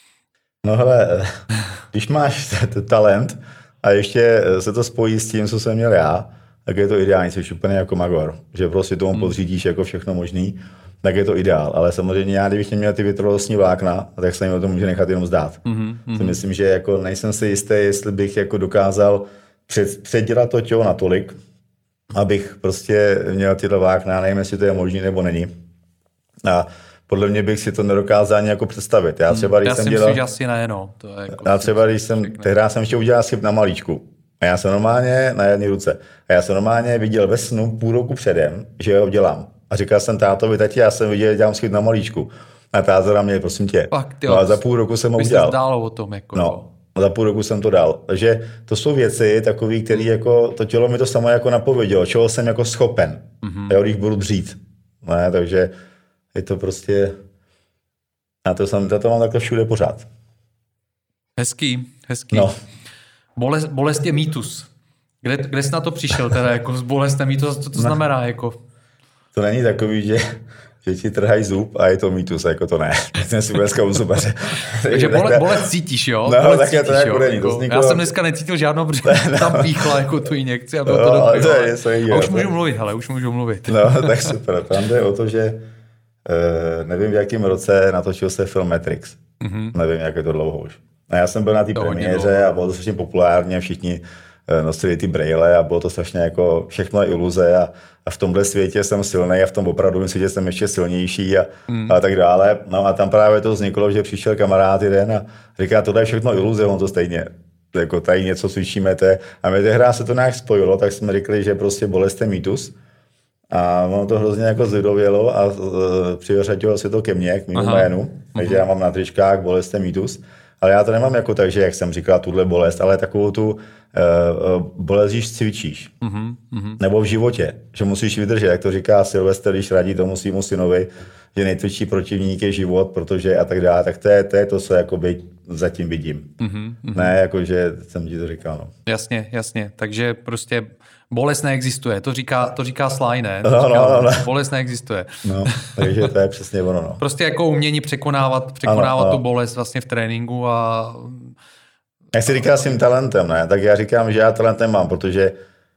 No hele, když máš talent a ještě se to spojí s tím, co jsem měl já, tak je to ideální, jsi úplně jako magor, že prostě tomu hmm. podřídíš jako všechno možný, tak je to ideál. Ale samozřejmě já, kdybych měl ty vytrvalostní vlákna, tak se mi to může nechat jenom zdát. Hmm. Hmm. Myslím, že jako nejsem si jistý, jestli bych jako dokázal před, předělat to tělo natolik, abych prostě měl tyhle vlákna, nevím, jestli to je možný nebo není. A podle mě bych si to nedokázal ani jako představit. Já třeba, když já jsem si dělal... myslím, že asi ne, no. To je jako já třeba, když jsem... Tehdy jsem ještě udělal chyb na malíčku. A já jsem normálně na jedné ruce. A já jsem normálně viděl ve snu půl roku předem, že ho dělám. A říkal jsem tátovi, tati, já jsem viděl, že dělám chyb na malíčku. A táta na mě, prosím tě. Fakt, jo, no a za půl roku jsem ho udělal. Dálo o tom, jako. No, za půl roku jsem to dal. Takže to jsou věci takové, které jako, to tělo mi to samo jako napovědělo, čeho jsem jako schopen, mm-hmm. jo, když budu dřít. Ne, takže je to prostě... Já to, jsem, to mám takhle všude pořád. Hezký, hezký. No. Bolest, bolest je mýtus. Kde, kde jsi na to přišel teda, jako s bolestem mýtus, co to znamená, jako? To není takový, že, že ti trhají zub a je to mýtus, jako to ne. Jsem si dneska u zubaře. Takže bole, bolest cítíš, jo? No, bolest tak cítíš, to jako není. Jako, nikoho... Já jsem dneska necítil žádnou, protože no. tam píchla jako tu injekci a bylo no, to dobrý. To je, to je, a už můžu mluvit, hele, už můžu mluvit. No, tak super. Tam jde o to, že Uh, nevím, v jakém roce natočil se film Matrix. Mm-hmm. Nevím, jak je to dlouho už. A já jsem byl na té premiéře a bylo to strašně populární a všichni uh, nosili ty brejle a bylo to strašně jako všechno iluze a, a v tomhle světě jsem silnej a v tom opravdovém světě jsem ještě silnější a, mm. a tak dále. No a tam právě to vzniklo, že přišel kamarád jeden a říká, tohle je všechno iluze, on to stejně. Jako tady něco cvičíme, te. A my tehdy se to nějak spojilo, tak jsme řekli, že prostě bolest je mýtus. A ono to hrozně jako zlidovělo a uh, přiřadilo se to ke mně, k mému jménu. Takže já mám na tričkách bolest je mýtus. Ale já to nemám jako tak, že jak jsem říkal, tuhle bolest, ale takovou tu uh, bolest, když cvičíš. Uh-huh, uh-huh. Nebo v životě, že musíš vydržet, jak to říká Sylvester, když radí tomu svýmu synovi, že nejtvrdší protivník je život, protože a tak dále, tak to je to, je to co jakoby zatím vidím. Uh-huh, uh-huh. Ne, jakože jsem ti to říkal. No. Jasně, jasně. Takže prostě bolest neexistuje. To říká, to říká Sly, ne? To no, říká, no, no, no. Bolest neexistuje. No, takže to je přesně ono. No. Prostě jako umění překonávat, překonávat ano, tu bolest vlastně v tréninku a... Jak jsi říkal s tím talentem, ne? Tak já říkám, že já talent nemám, protože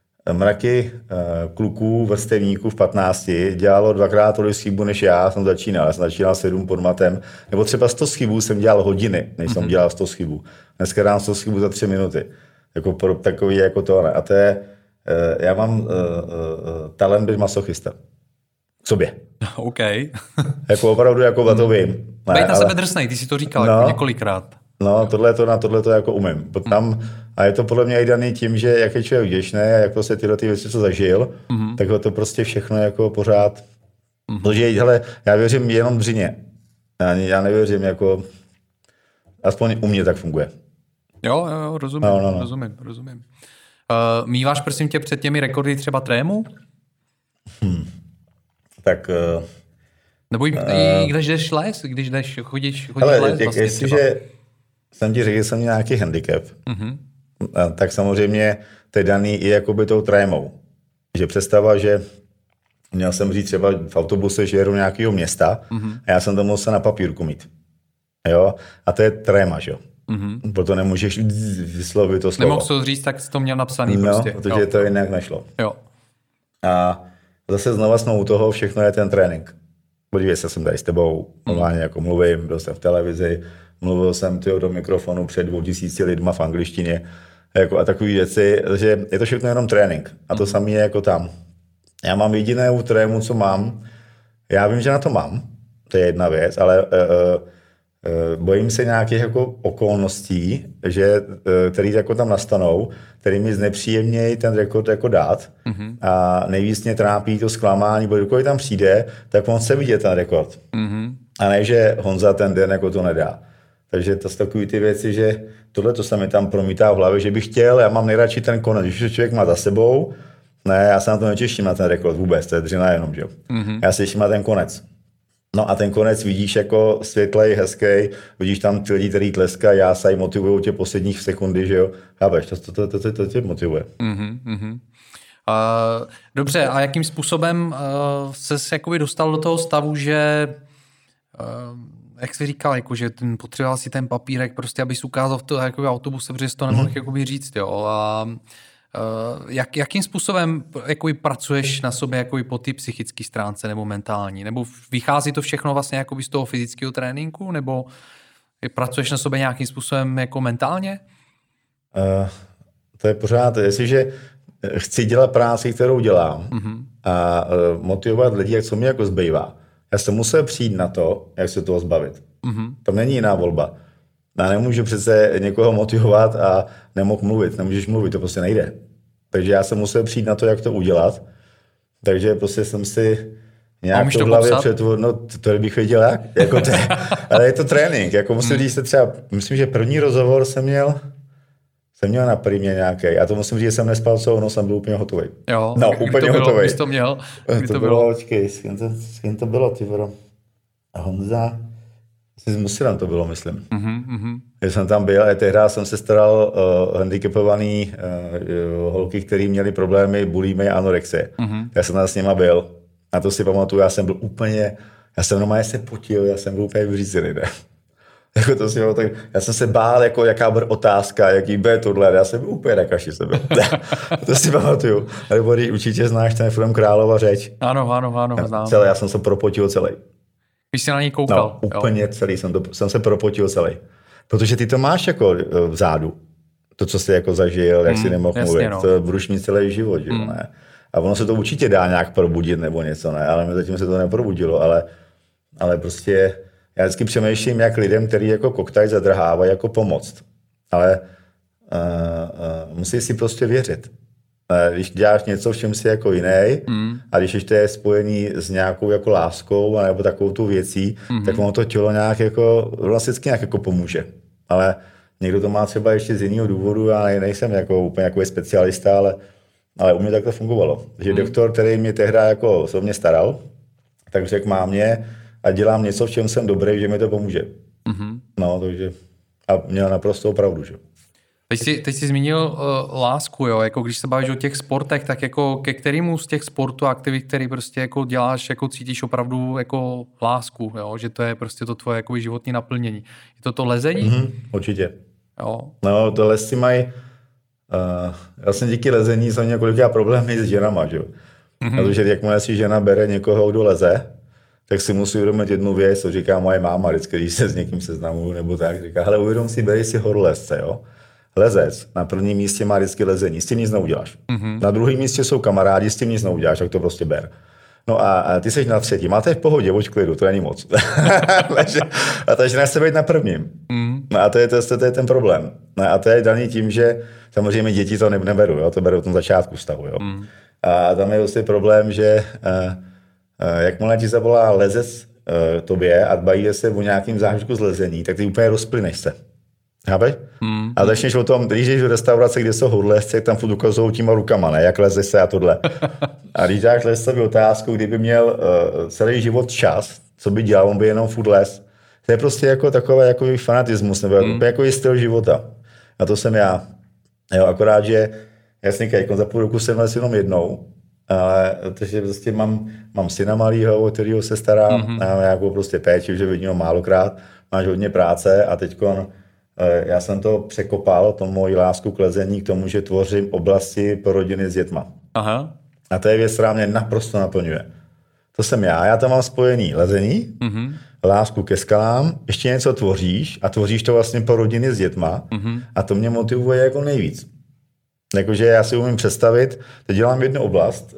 mraky uh, kluků, vrstevníků v patnácti dělalo dvakrát tolik schybů, než já jsem začínal. Já jsem začínal sedm pod matem, nebo třeba sto schybů jsem dělal hodiny, než jsem mm-hmm. dělal sto schybů. Dneska dám sto schybů za tři minuty. Jako pro, takový jako to, ne? A to je, uh, já mám uh, uh, talent být masochista. K sobě. OK. Jako opravdu, jako za to vím. Bejt na sebe drsnej, ty jsi to říkal no, jako několikrát. No, tohle to na tohle to jako umím. Tam, a je to podle mě i daný tím, že jak je člověk vděčný a jak prostě tyhle ty věci, co zažil, mm-hmm. tak ho to prostě všechno jako pořád... Mm-hmm. Protože, hele, já věřím jenom dřině. Já, já nevěřím jako... Aspoň u mě tak funguje. Jo, jo, rozumím, no, no, no. rozumím, rozumím. Uh, míváš, prosím tě, před těmi rekordy třeba trému? Hmm. Tak... Uh, Nebo i, uh, i když jdeš les, když jdeš, chodíš, chodíš ale les vlastně jestliže jsem ti řekl, že jsem měl nějaký handicap, uh-huh. tak samozřejmě to je daný i jakoby tou trémou. Že představa, že měl jsem říct třeba v autobuse, že jedu nějakého města uh-huh. a já jsem to musel na papírku mít. Jo? A to je tréma, že jo? Mm-hmm. Proto nemůžeš vyslovit to slovo. Nemohl to říct, tak jsi to měl napsaný no, prostě. protože jo. to jinak nešlo. Jo. A zase znova jsme u toho, všechno je ten trénink. Podívej se, jsem tady s tebou, normálně mm. jako mluvím, byl jsem v televizi, mluvil jsem tyjo, do mikrofonu před dvou tisíci lidma v angličtině jako a takové věci, takže je to všechno jenom trénink. A to mm. samé je jako tam. Já mám jedinou trému, co mám, já vím, že na to mám, to je jedna věc, ale... Uh, bojím se nějakých jako okolností, že, který jako tam nastanou, který mi znepříjemnějí ten rekord jako dát mm-hmm. a nejvíc mě trápí to zklamání, bo když tam přijde, tak on chce vidět ten rekord. Mm-hmm. A ne, že Honza ten den jako to nedá. Takže to jsou takové ty věci, že tohle to se mi tam promítá v hlavě, že bych chtěl, já mám nejradši ten konec, když to člověk má za sebou, ne, já se na to netěším na ten rekord vůbec, to je dřina jenom, že? Mm-hmm. Já se těším na ten konec. No a ten konec vidíš jako světlej, hezký, vidíš tam ty lidi, který tleskají, jásají, motivují tě posledních sekundy, že jo. Chápeš, to, to, to, to, to tě motivuje. Mm-hmm, mm-hmm. Uh, dobře, a jakým způsobem uh, ses jakoby dostal do toho stavu, že, uh, jak jsi říkal, jako, že ten, potřeboval si ten papírek, prostě, abys ukázal v toho jakoby, autobuse, protože jsi to nemohl mm-hmm. jakoby říct, jo. A Uh, jak, jakým způsobem jakoby, pracuješ na sobě jakoby, po té psychické stránce nebo mentální? Nebo vychází to všechno vlastně jakoby, z toho fyzického tréninku? Nebo pracuješ na sobě nějakým způsobem jako mentálně? Uh, to je pořád, jestliže chci dělat práci, kterou dělám uh-huh. a uh, motivovat lidi, jak co mi jako zbývá, já jsem musel přijít na to, jak se toho zbavit. Uh-huh. To není jiná volba. Já nemůžu přece někoho motivovat a nemohl mluvit, nemůžeš mluvit, to prostě nejde. Takže já jsem musel přijít na to, jak to udělat. Takže prostě jsem si nějak to v hlavě přetvor, no to, to bych věděl jak, jako to, ale je to trénink, jako musím říct se třeba, myslím, že první rozhovor jsem měl, jsem měl na primě nějaký, a to musím říct, že jsem nespal celou noc, jsem byl úplně hotový. Jo, no, úplně to bylo, hotový. Kdy to měl? Kdy to, to bylo, bylo, počkej, s kým to, s kým to bylo, ty voro? Honza, s Musirem to bylo, myslím. Mm-hmm, mm-hmm. Když jsem tam byl, a tehdy jsem se staral uh, handicapovaný uh, holky, který měli problémy bulimy a anorexie. Mm-hmm. Já jsem tam s nima byl. A to si pamatuju, já jsem byl úplně, já jsem normálně se potil, já jsem byl úplně vyřízený, ne? Jako to si pamatuju, já jsem se bál, jako jaká bude otázka, jaký bude tohle, já jsem byl úplně na kaši se byl. To si pamatuju. Nebo určitě znáš ten film Králova řeč. Ano, ano, ano, znám. Celý, já jsem se propotil celý. Když jsi na něj koukal. No, úplně jo. celý, jsem, to, jsem se propotil celý. Protože ty to máš jako vzadu. To, co jsi jako zažil, jak mm, jsi nemohl jasně, mluvit. No. To budeš mít celý život, mm. ne? A ono se to určitě dá nějak probudit nebo něco, ne? Ale mě zatím se to neprobudilo, ale, ale prostě já vždycky přemýšlím, jak lidem, kteří jako koktaj zadrhávají, jako pomoct. Ale uh, uh, musí si prostě věřit. Když děláš něco, v čem jsi jako jiný, mm. a když ještě je spojený s nějakou jako láskou nebo takovou tu věcí, mm. tak ono to tělo nějak jako vlastně nějak jako pomůže. Ale někdo to má třeba ještě z jiného důvodu, já nejsem jako úplně jako specialista, ale, ale u mě tak to fungovalo. Že mm. doktor, který mě tehdy jako se o mě staral, tak řekl mámě, a dělám něco, v čem jsem dobrý, že mi to pomůže. Mm. No, takže a měl naprosto pravdu, že? Teď jsi, teď jsi zmínil uh, lásku, jo, jako když se bavíš o těch sportech, tak jako ke kterému z těch sportů a aktivit, který prostě jako děláš, jako cítíš opravdu jako lásku, jo, že to je prostě to tvoje jako životní naplnění. Je to to lezení? Mm-hmm, určitě. Jo. No, to lesci mají, uh, já jsem díky lezení jsem měl kolikrát problémy s ženama, že jo. Mm-hmm. Protože jakmile si žena bere někoho, kdo leze, tak si musí uvědomit jednu věc, co říká moje máma vždycky, když se s někým seznamuju nebo tak, říká, hele, uvědom si, beri si horolezce, jo. Lezec na prvním místě má vždycky lezení, s tím nic neuděláš. Mm-hmm. Na druhém místě jsou kamarádi, s tím nic neuděláš, tak to prostě ber. No a, a ty seš na třetí, máte v pohodě, buď v klidu, to není moc. A ta žena chce být na prvním. Mm-hmm. No a to je, to, to, to je ten problém. No a to je daný tím, že samozřejmě děti to neberou, jo? To berou v tom začátku stavu. Jo? Mm. A tam je vlastně problém, že uh, uh, jakmile ti zavolá lezec uh, tobě a baví se o nějakým zážitku z lezení, tak ty úplně rozplyneš se. Chápeš? Mm. A začneš o tom, když jdeš do restaurace, kde jsou hudlesci, jak tam furt ukazují těma rukama, ne? Jak lezeš se a tohle. A když dáš lesovi otázku, kdyby měl uh, celý život čas, co by dělal, on by jenom furt les. To je prostě jako takový jako fanatismus, nebo mm. jako styl života. A to jsem já. Jo, akorát, že jasně, jako za půl roku jsem les jenom jednou, ale takže prostě mám, mám syna malýho, o kterýho se starám, mm-hmm. a nějakou prostě péči, že vidím ho málokrát, máš hodně práce a teďkon já jsem to překopal, to moji lásku k lezení, k tomu, že tvořím oblasti pro rodiny s dětma. Aha. A to je věc, která mě naprosto naplňuje. To jsem já, já tam mám spojený lezení, mm-hmm. lásku ke skalám, ještě něco tvoříš a tvoříš to vlastně pro rodiny s dětma mm-hmm. a to mě motivuje jako nejvíc. Jakože já si umím představit, teď dělám jednu oblast,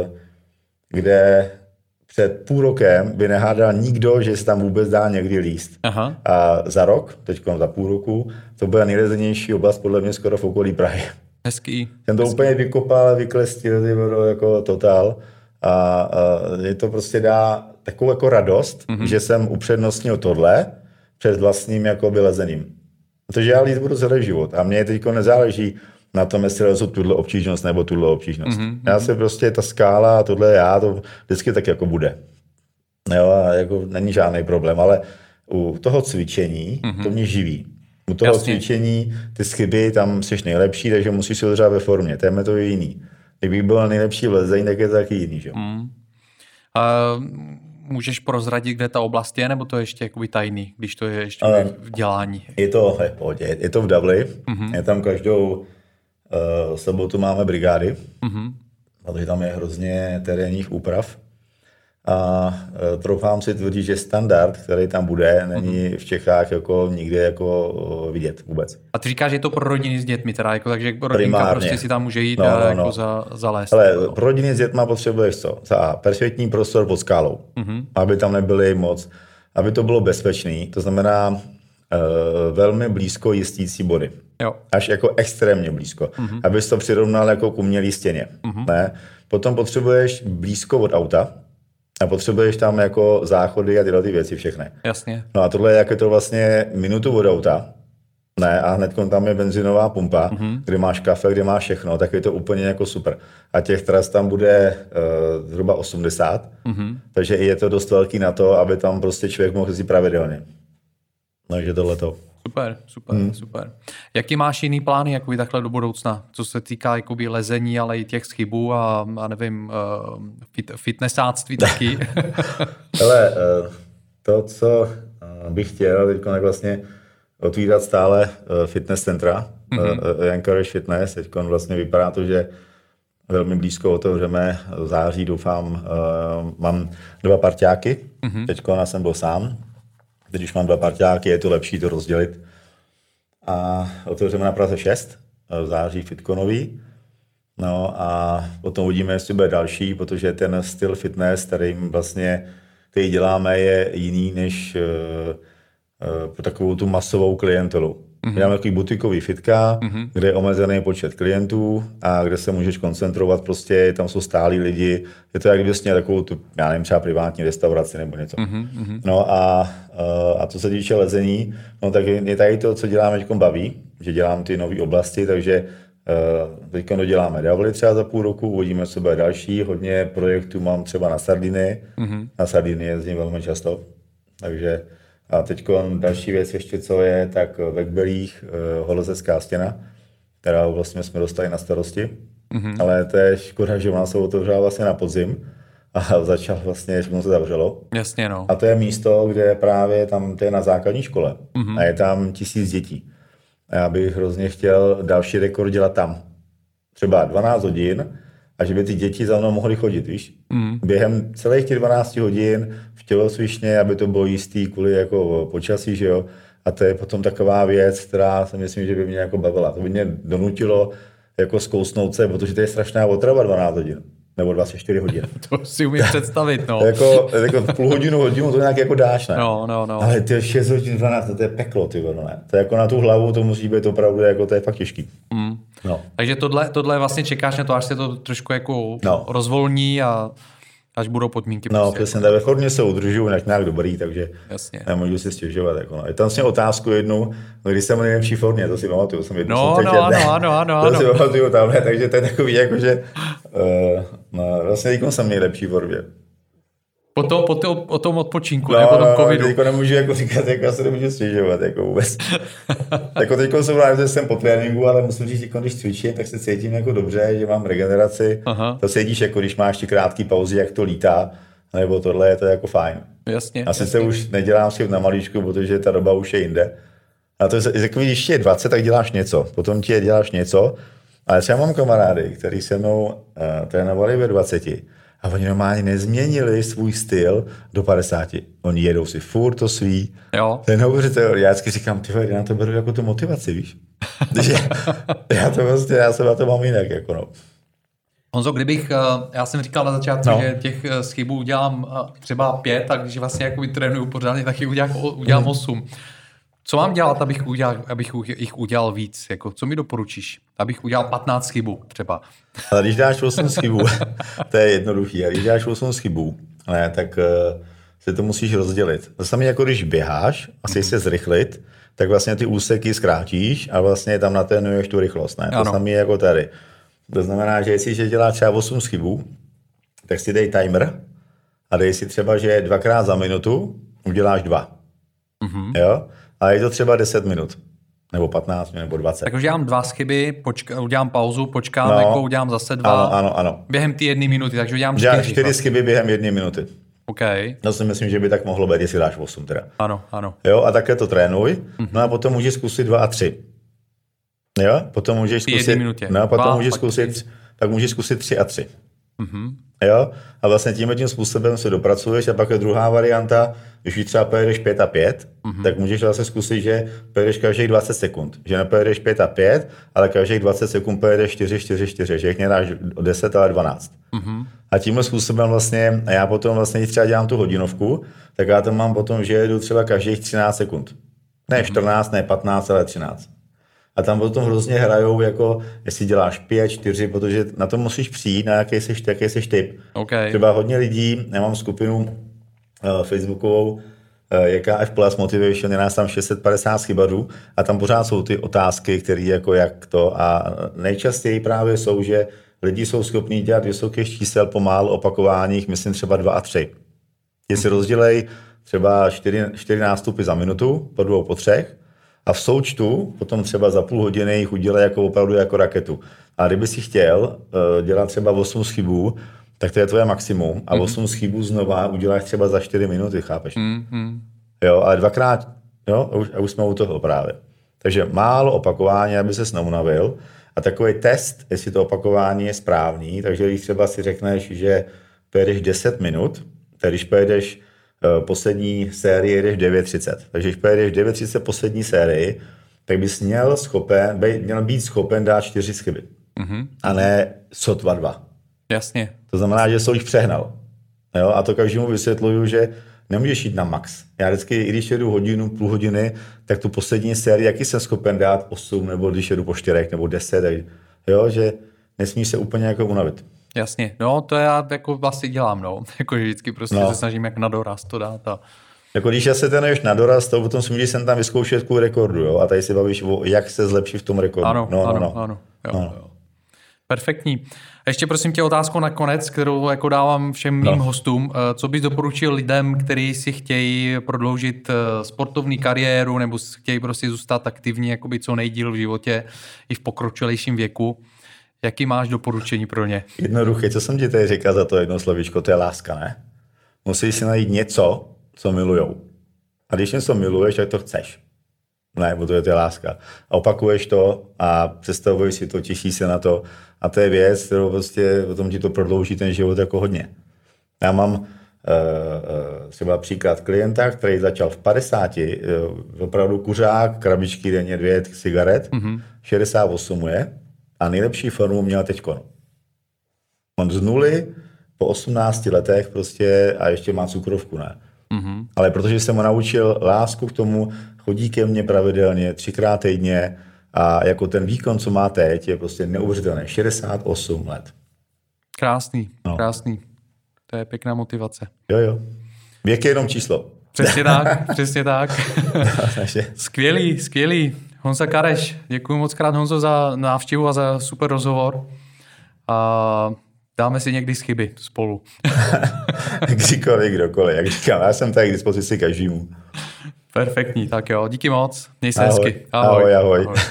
kde před půl rokem by nehádal nikdo, že se tam vůbec dá někdy líst. Aha. A za rok, teď za půl roku, to byla nejlezenější oblast podle mě skoro v okolí Prahy. Hezký. Jsem to Hezký. úplně vykopal, vyklestil, jako totál. A, a je to prostě dá takovou jako radost, mm-hmm. že jsem upřednostnil tohle před vlastním jakoby lezením. Protože já líst budu celý život a mně teď nezáleží na tom, jestli lezu tuhle obtížnost nebo tuhle obtížnost. Mm-hmm. Já si prostě ta skála a tohle já, to vždycky tak jako bude. Jo, a jako není žádný problém, ale u toho cvičení mm-hmm. to mě živí. U toho Jasně. cvičení ty chyby, tam jsi nejlepší, takže musíš si udržet ve formě. Téma to je jiný. Kdybych byl nejlepší v lezení, tak je to taky jiný. Že? Mm. Uh, můžeš prozradit, kde ta oblast je, nebo to je ještě jakoby tajný, když to je ještě uh, v dělání? Je to, je, je to v Davli. Mm-hmm. Je tam každou uh, sobotu máme brigády, mm-hmm. protože tam je hrozně terénních úprav. A uh, troufám si tvrdit, že standard, který tam bude, není mm-hmm. v Čechách jako nikde jako uh, vidět vůbec. A ty říkáš, že je to pro rodiny s dětmi, teda jako, takže rodinka Primárně. Prostě si tam může jít no, no, no. jako za, za les. Ale pro rodiny s dětma potřebuješ co? Za perfektní prostor pod skálou, mm-hmm. aby tam nebyly moc, aby to bylo bezpečný, to znamená uh, velmi blízko jistící body. Jo. Až jako extrémně blízko, mm-hmm. abys to přirovnal jako k umělý stěně. Mm-hmm. Ne? Potom potřebuješ blízko od auta, a potřebuješ tam jako záchody a tyhle ty věci všechny. Jasně. No a tohle je, jak je to vlastně minutu od auta, ne, a hned tam je benzinová pumpa, mm-hmm. kde máš kafe, kde máš všechno, tak je to úplně jako super. A těch tras tam bude uh, zhruba osmdesát, mm-hmm. takže je to dost velký na to, aby tam prostě člověk mohl jezdit pravidelně. Takže tohleto. Super, super, hmm. super. Jaký máš jiný plány jakoby takhle do budoucna, co se týká jakoby lezení, ale i těch schybů a, a nevím, uh, fit, fitnessáctví taky? Hele, uh, to, co bych chtěl, teď vlastně otvírat stále uh, fitness centra, mm-hmm. uh, Encourage Fitness, teď vlastně vypadá to, že velmi blízko otevřeme v září, doufám, uh, mám dva parťáky, mm-hmm. teď jsem byl sám. Když mám dva parťáky, je to lepší to rozdělit. A otevřeme na Praze šest, v září Fitconový. No a potom uvidíme, jestli bude další, protože ten styl fitness, kterým vlastně který děláme, je jiný než uh, uh, pro takovou tu masovou klientelu. Mm-hmm. Děláme takový butikový fitka, mm-hmm. kde je omezený počet klientů a kde se můžeš koncentrovat, prostě tam jsou stálí lidi. Je to jak kdyby vlastně takovou tu, já nevím, třeba privátní restauraci nebo něco. Mm-hmm. No a, a co se týče lezení, no tak je tady to, co děláme, teď baví, že dělám ty nové oblasti, takže teď doděláme Davli třeba za půl roku, uvidíme, co bude další. Hodně projektů mám třeba na Sardinii. Mm-hmm. Na Sardinii jezdím velmi často, takže a teď další věc ještě, co je, tak ve Kbelích uh, holozecká stěna, která vlastně jsme dostali na starosti. Mm-hmm. Ale to je škoda, že ona se otevřela vlastně na podzim a začal vlastně, že se zavřelo. Jasně, no. A to je místo, kde právě tam, to je na základní škole mm-hmm. a je tam tisíc dětí. A já bych hrozně chtěl další rekord dělat tam. Třeba dvanáct hodin, a že by ty děti za mnou mohly chodit, víš? Mm. Během celých těch dvanáct hodin v tělocvičně, aby to bylo jistý kvůli jako počasí, že jo? A to je potom taková věc, která si myslím, že by mě jako bavila. To by mě donutilo jako zkousnout se, protože to je strašná otrava dvanáct hodin. Nebo dvacet čtyři hodin. To si umím představit, no. jako, jako půl hodinu, hodinu to nějak jako dáš, ne? No, no, no. Ale ty šest hodin, dvanáct, to je peklo, ty no, ne? To je jako na tu hlavu, to musí být opravdu, jako to je fakt těžký. Mm. No. Takže tohle, tohle vlastně čekáš na to, až se to trošku jako no. rozvolní a, Až budou podmínky. No, prostě, přesně, jako. tak ve formě se udržují nějak, nějak dobrý, takže Jasně. nemůžu si stěžovat. Jako no. Je tam vlastně otázku jednu, no, když jsem v nejlepší formě, to si pamatuju, jsem jednu No, jsem no, teď, ano, ano, ano, to ano. si pamatuju tamhle, takže to je takový, jako, že uh, no, vlastně teď jsem v nejlepší formě. Po tom, po tom, o tom odpočinku, No, ne po tom no, covidu. teďko nemůžu jako říkat, jako já se nemůžu stěžovat, jako vůbec. Jako teďko jsem rád, že jsem po tréninku, ale musím říct, jako když cvičím, tak se cítím jako dobře, že mám regeneraci. Aha. To cítíš, jako když máš ty krátké pauzy, jak to lítá, nebo tohle je to jako fajn. Jasně. A sice už nedělám si na malíčku, protože ta doba už je jinde. A to je takový, když je dvacet, tak děláš něco. Potom ti děláš něco. Ale třeba mám kamarády, kteří se mnou uh, trénovali ve dvaceti. A oni normálně nezměnili svůj styl do padesáti. Oni jedou si furt to svý. Jo. To je neuvěřitelné. Já vždycky říkám, ty já na to beru jako tu motivaci, víš. Takže já to vlastně, já se na to mám jinak, jako no. Honzo, kdybych, já jsem říkal na začátku, No. že těch chybů udělám třeba pět, tak když vlastně jako trénuju pořádně, tak jich udělám, udělám osm. Co mám dělat, abych, udělal, abych jich udělal víc? Jako, co mi doporučíš? Abych udělal patnáct chybů třeba. Ale když dáš osm chybů, to je jednoduchý, a když dáš osm chybů, ne, tak uh, si to musíš rozdělit. To samé jako když běháš a chceš se zrychlit, tak vlastně ty úseky zkrátíš a vlastně tam natrénuješ tu rychlost. Ne? To samé jako tady. To znamená, že jestli děláš třeba osm chybů, tak si dej timer a dej si třeba, že dvakrát za minutu uděláš dva. Mm-hmm. Jo? A je to třeba deset minut. Nebo patnáct minut, nebo dvacet. Tak už dělám dva chyby, počka, udělám pauzu, počkám, No. jako udělám zase dva. Ano, ano, ano. Během ty jedné minuty, takže udělám čtyři. Děláš čtyři chyby během jedné minuty. OK. Já si myslím, že by tak mohlo být, jestli dáš osm teda. Ano, ano. Jo, a takhle to trénuj. Mm-hmm. No a potom můžeš zkusit dva a tři. Jo, potom můžeš zkusit... minutě. No, potom Dva, můžeš pak zkusit, tři. tak můžeš zkusit tři a tři. Mhm. Jo, a vlastně tímhle tím způsobem se dopracuješ a pak je druhá varianta, když už třeba pojedeš pět a pět, mm-hmm. tak můžeš zase zkusit, že pojedeš každých dvacet sekund. Že nepojedeš pět a pět, ale každých dvacet sekund pojedeš čtyři, čtyři, čtyři, že jich nedáš deset, ale dvanáct. Mm-hmm. A tímhle způsobem vlastně, a já potom vlastně, když třeba dělám tu hodinovku, tak já tam mám potom, že jedu třeba každých třináct sekund. Ne čtrnáct, ne patnáct, ale třináct. A tam potom hrozně hrajou, jako jestli děláš pět, čtyři, protože na to musíš přijít, na jaký jsi, jaký jsi typ. Okay. Třeba hodně lidí, já mám skupinu uh, facebookovou, uh, J K F Plus Motivation, je nás tam šest set padesát chybařů a tam pořád jsou ty otázky, které jako jak to a nejčastěji právě jsou, že lidi jsou schopní dělat vysokých čísel po málo opakováních, myslím třeba dva a tři. Jestli rozdělej třeba čtyři, čtyři nástupy za minutu, po dvou, po třech, a v součtu potom třeba za půl hodiny jich udělej jako opravdu jako raketu. A kdyby si chtěl uh, dělat třeba osm chybů, tak to je tvoje maximum. A mm-hmm. osm chybů znova uděláš třeba za čtyři minuty, chápeš? Mm-hmm. Jo, ale dvakrát, jo, a už, a už jsme u toho právě. Takže málo opakování, aby ses neunavil. A takový test, jestli to opakování je správný, takže když třeba si řekneš, že pojedeš deset minut, tak když pojedeš poslední sérii jedeš devět třicet. Takže když pojedeš devět třicet poslední sérii, tak bys měl, schopen, měl být schopen dát čtyři chyby. Mm-hmm. A ne sotva dva. Jasně. To znamená, že jsi přehnal. Jo? A to každému vysvětluju, že nemůžeš jít na max. Já vždycky, i když jedu hodinu, půl hodiny, tak tu poslední sérii, jaký jsem schopen dát osm, nebo když jedu po čtyřech, nebo deset, tak, jo? Že nesmíš se úplně jako unavit. Jasně, no to já jako vlastně dělám, no. Jako vždycky prostě no. se snažím jak na doraz to dát. A... Jako když já se trénuješ na doraz, to potom si můžeš sem tam vyzkoušet kvůli rekordu, jo? A tady si bavíš o jak se zlepší v tom rekordu. Ano, no, ano, no, no. ano. Jo, no. Jo. Perfektní. A ještě prosím tě otázku nakonec, kterou jako dávám všem mým no. hostům. Co bys doporučil lidem, kteří si chtějí prodloužit sportovní kariéru nebo chtějí prostě zůstat aktivní jakoby co nejdíl v životě i v pokročilejším věku? Jaký máš doporučení pro ně? Jednoduché, co jsem ti tady říkal za to jedno slovíčko, to je láska, ne? Musíš si najít něco, co milujou. A když něco miluješ, tak to chceš. Ne, protože to je láska. A opakuješ to a představuješ si to, těšíš se na to. A to je věc, kterou prostě potom ti to prodlouží ten život jako hodně. Já mám uh, uh, třeba příklad klienta, který začal v padesáti, uh, opravdu kuřák, krabičky denně, dvě cigaret, mm-hmm. šedesát osm je a nejlepší formu měl teďko. On z nuly po osmnácti letech prostě a ještě má cukrovku, ne? Mm-hmm. Ale protože jsem mu naučil lásku k tomu, chodí ke mně pravidelně, třikrát týdně a jako ten výkon, co má teď, je prostě neuvěřitelný. šedesát osm let. Krásný, no. krásný. To je pěkná motivace. Jo, jo. Věk je jenom číslo. Přesně tak, přesně tak. Skvělý, skvělý. Honza Kareš, děkuji moc krát, Honzo, za návštěvu a za super rozhovor. A dáme si někdy z chyby spolu. Kdykoliv, kdokoliv. Jak říkám, já jsem tady k dispozici každému. Perfektní, tak jo. Díky moc. Měj se ahoj. hezky. Ahoj, ahoj. ahoj. ahoj.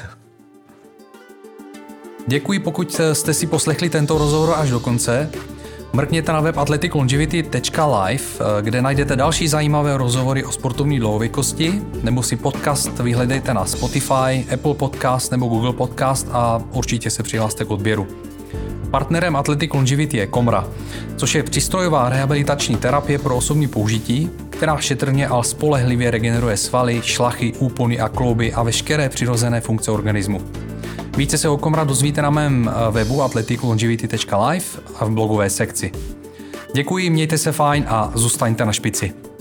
Děkuji, pokud jste si poslechli tento rozhovor až do konce. Mrkněte na web athletic longevity tečka live, kde najdete další zajímavé rozhovory o sportovní dlouhověkosti, nebo si podcast vyhledejte na Spotify, Apple Podcast nebo Google Podcast a určitě se přihlaste k odběru. Partnerem Athletic Longevity je Komra, což je přístrojová rehabilitační terapie pro osobní použití, která šetrně a spolehlivě regeneruje svaly, šlachy, úpony a klouby a veškeré přirozené funkce organismu. Více se o Komra dozvíte na mém webu athletic longevity tečka live a v blogové sekci. Děkuji, mějte se fajn a zůstaňte na špici.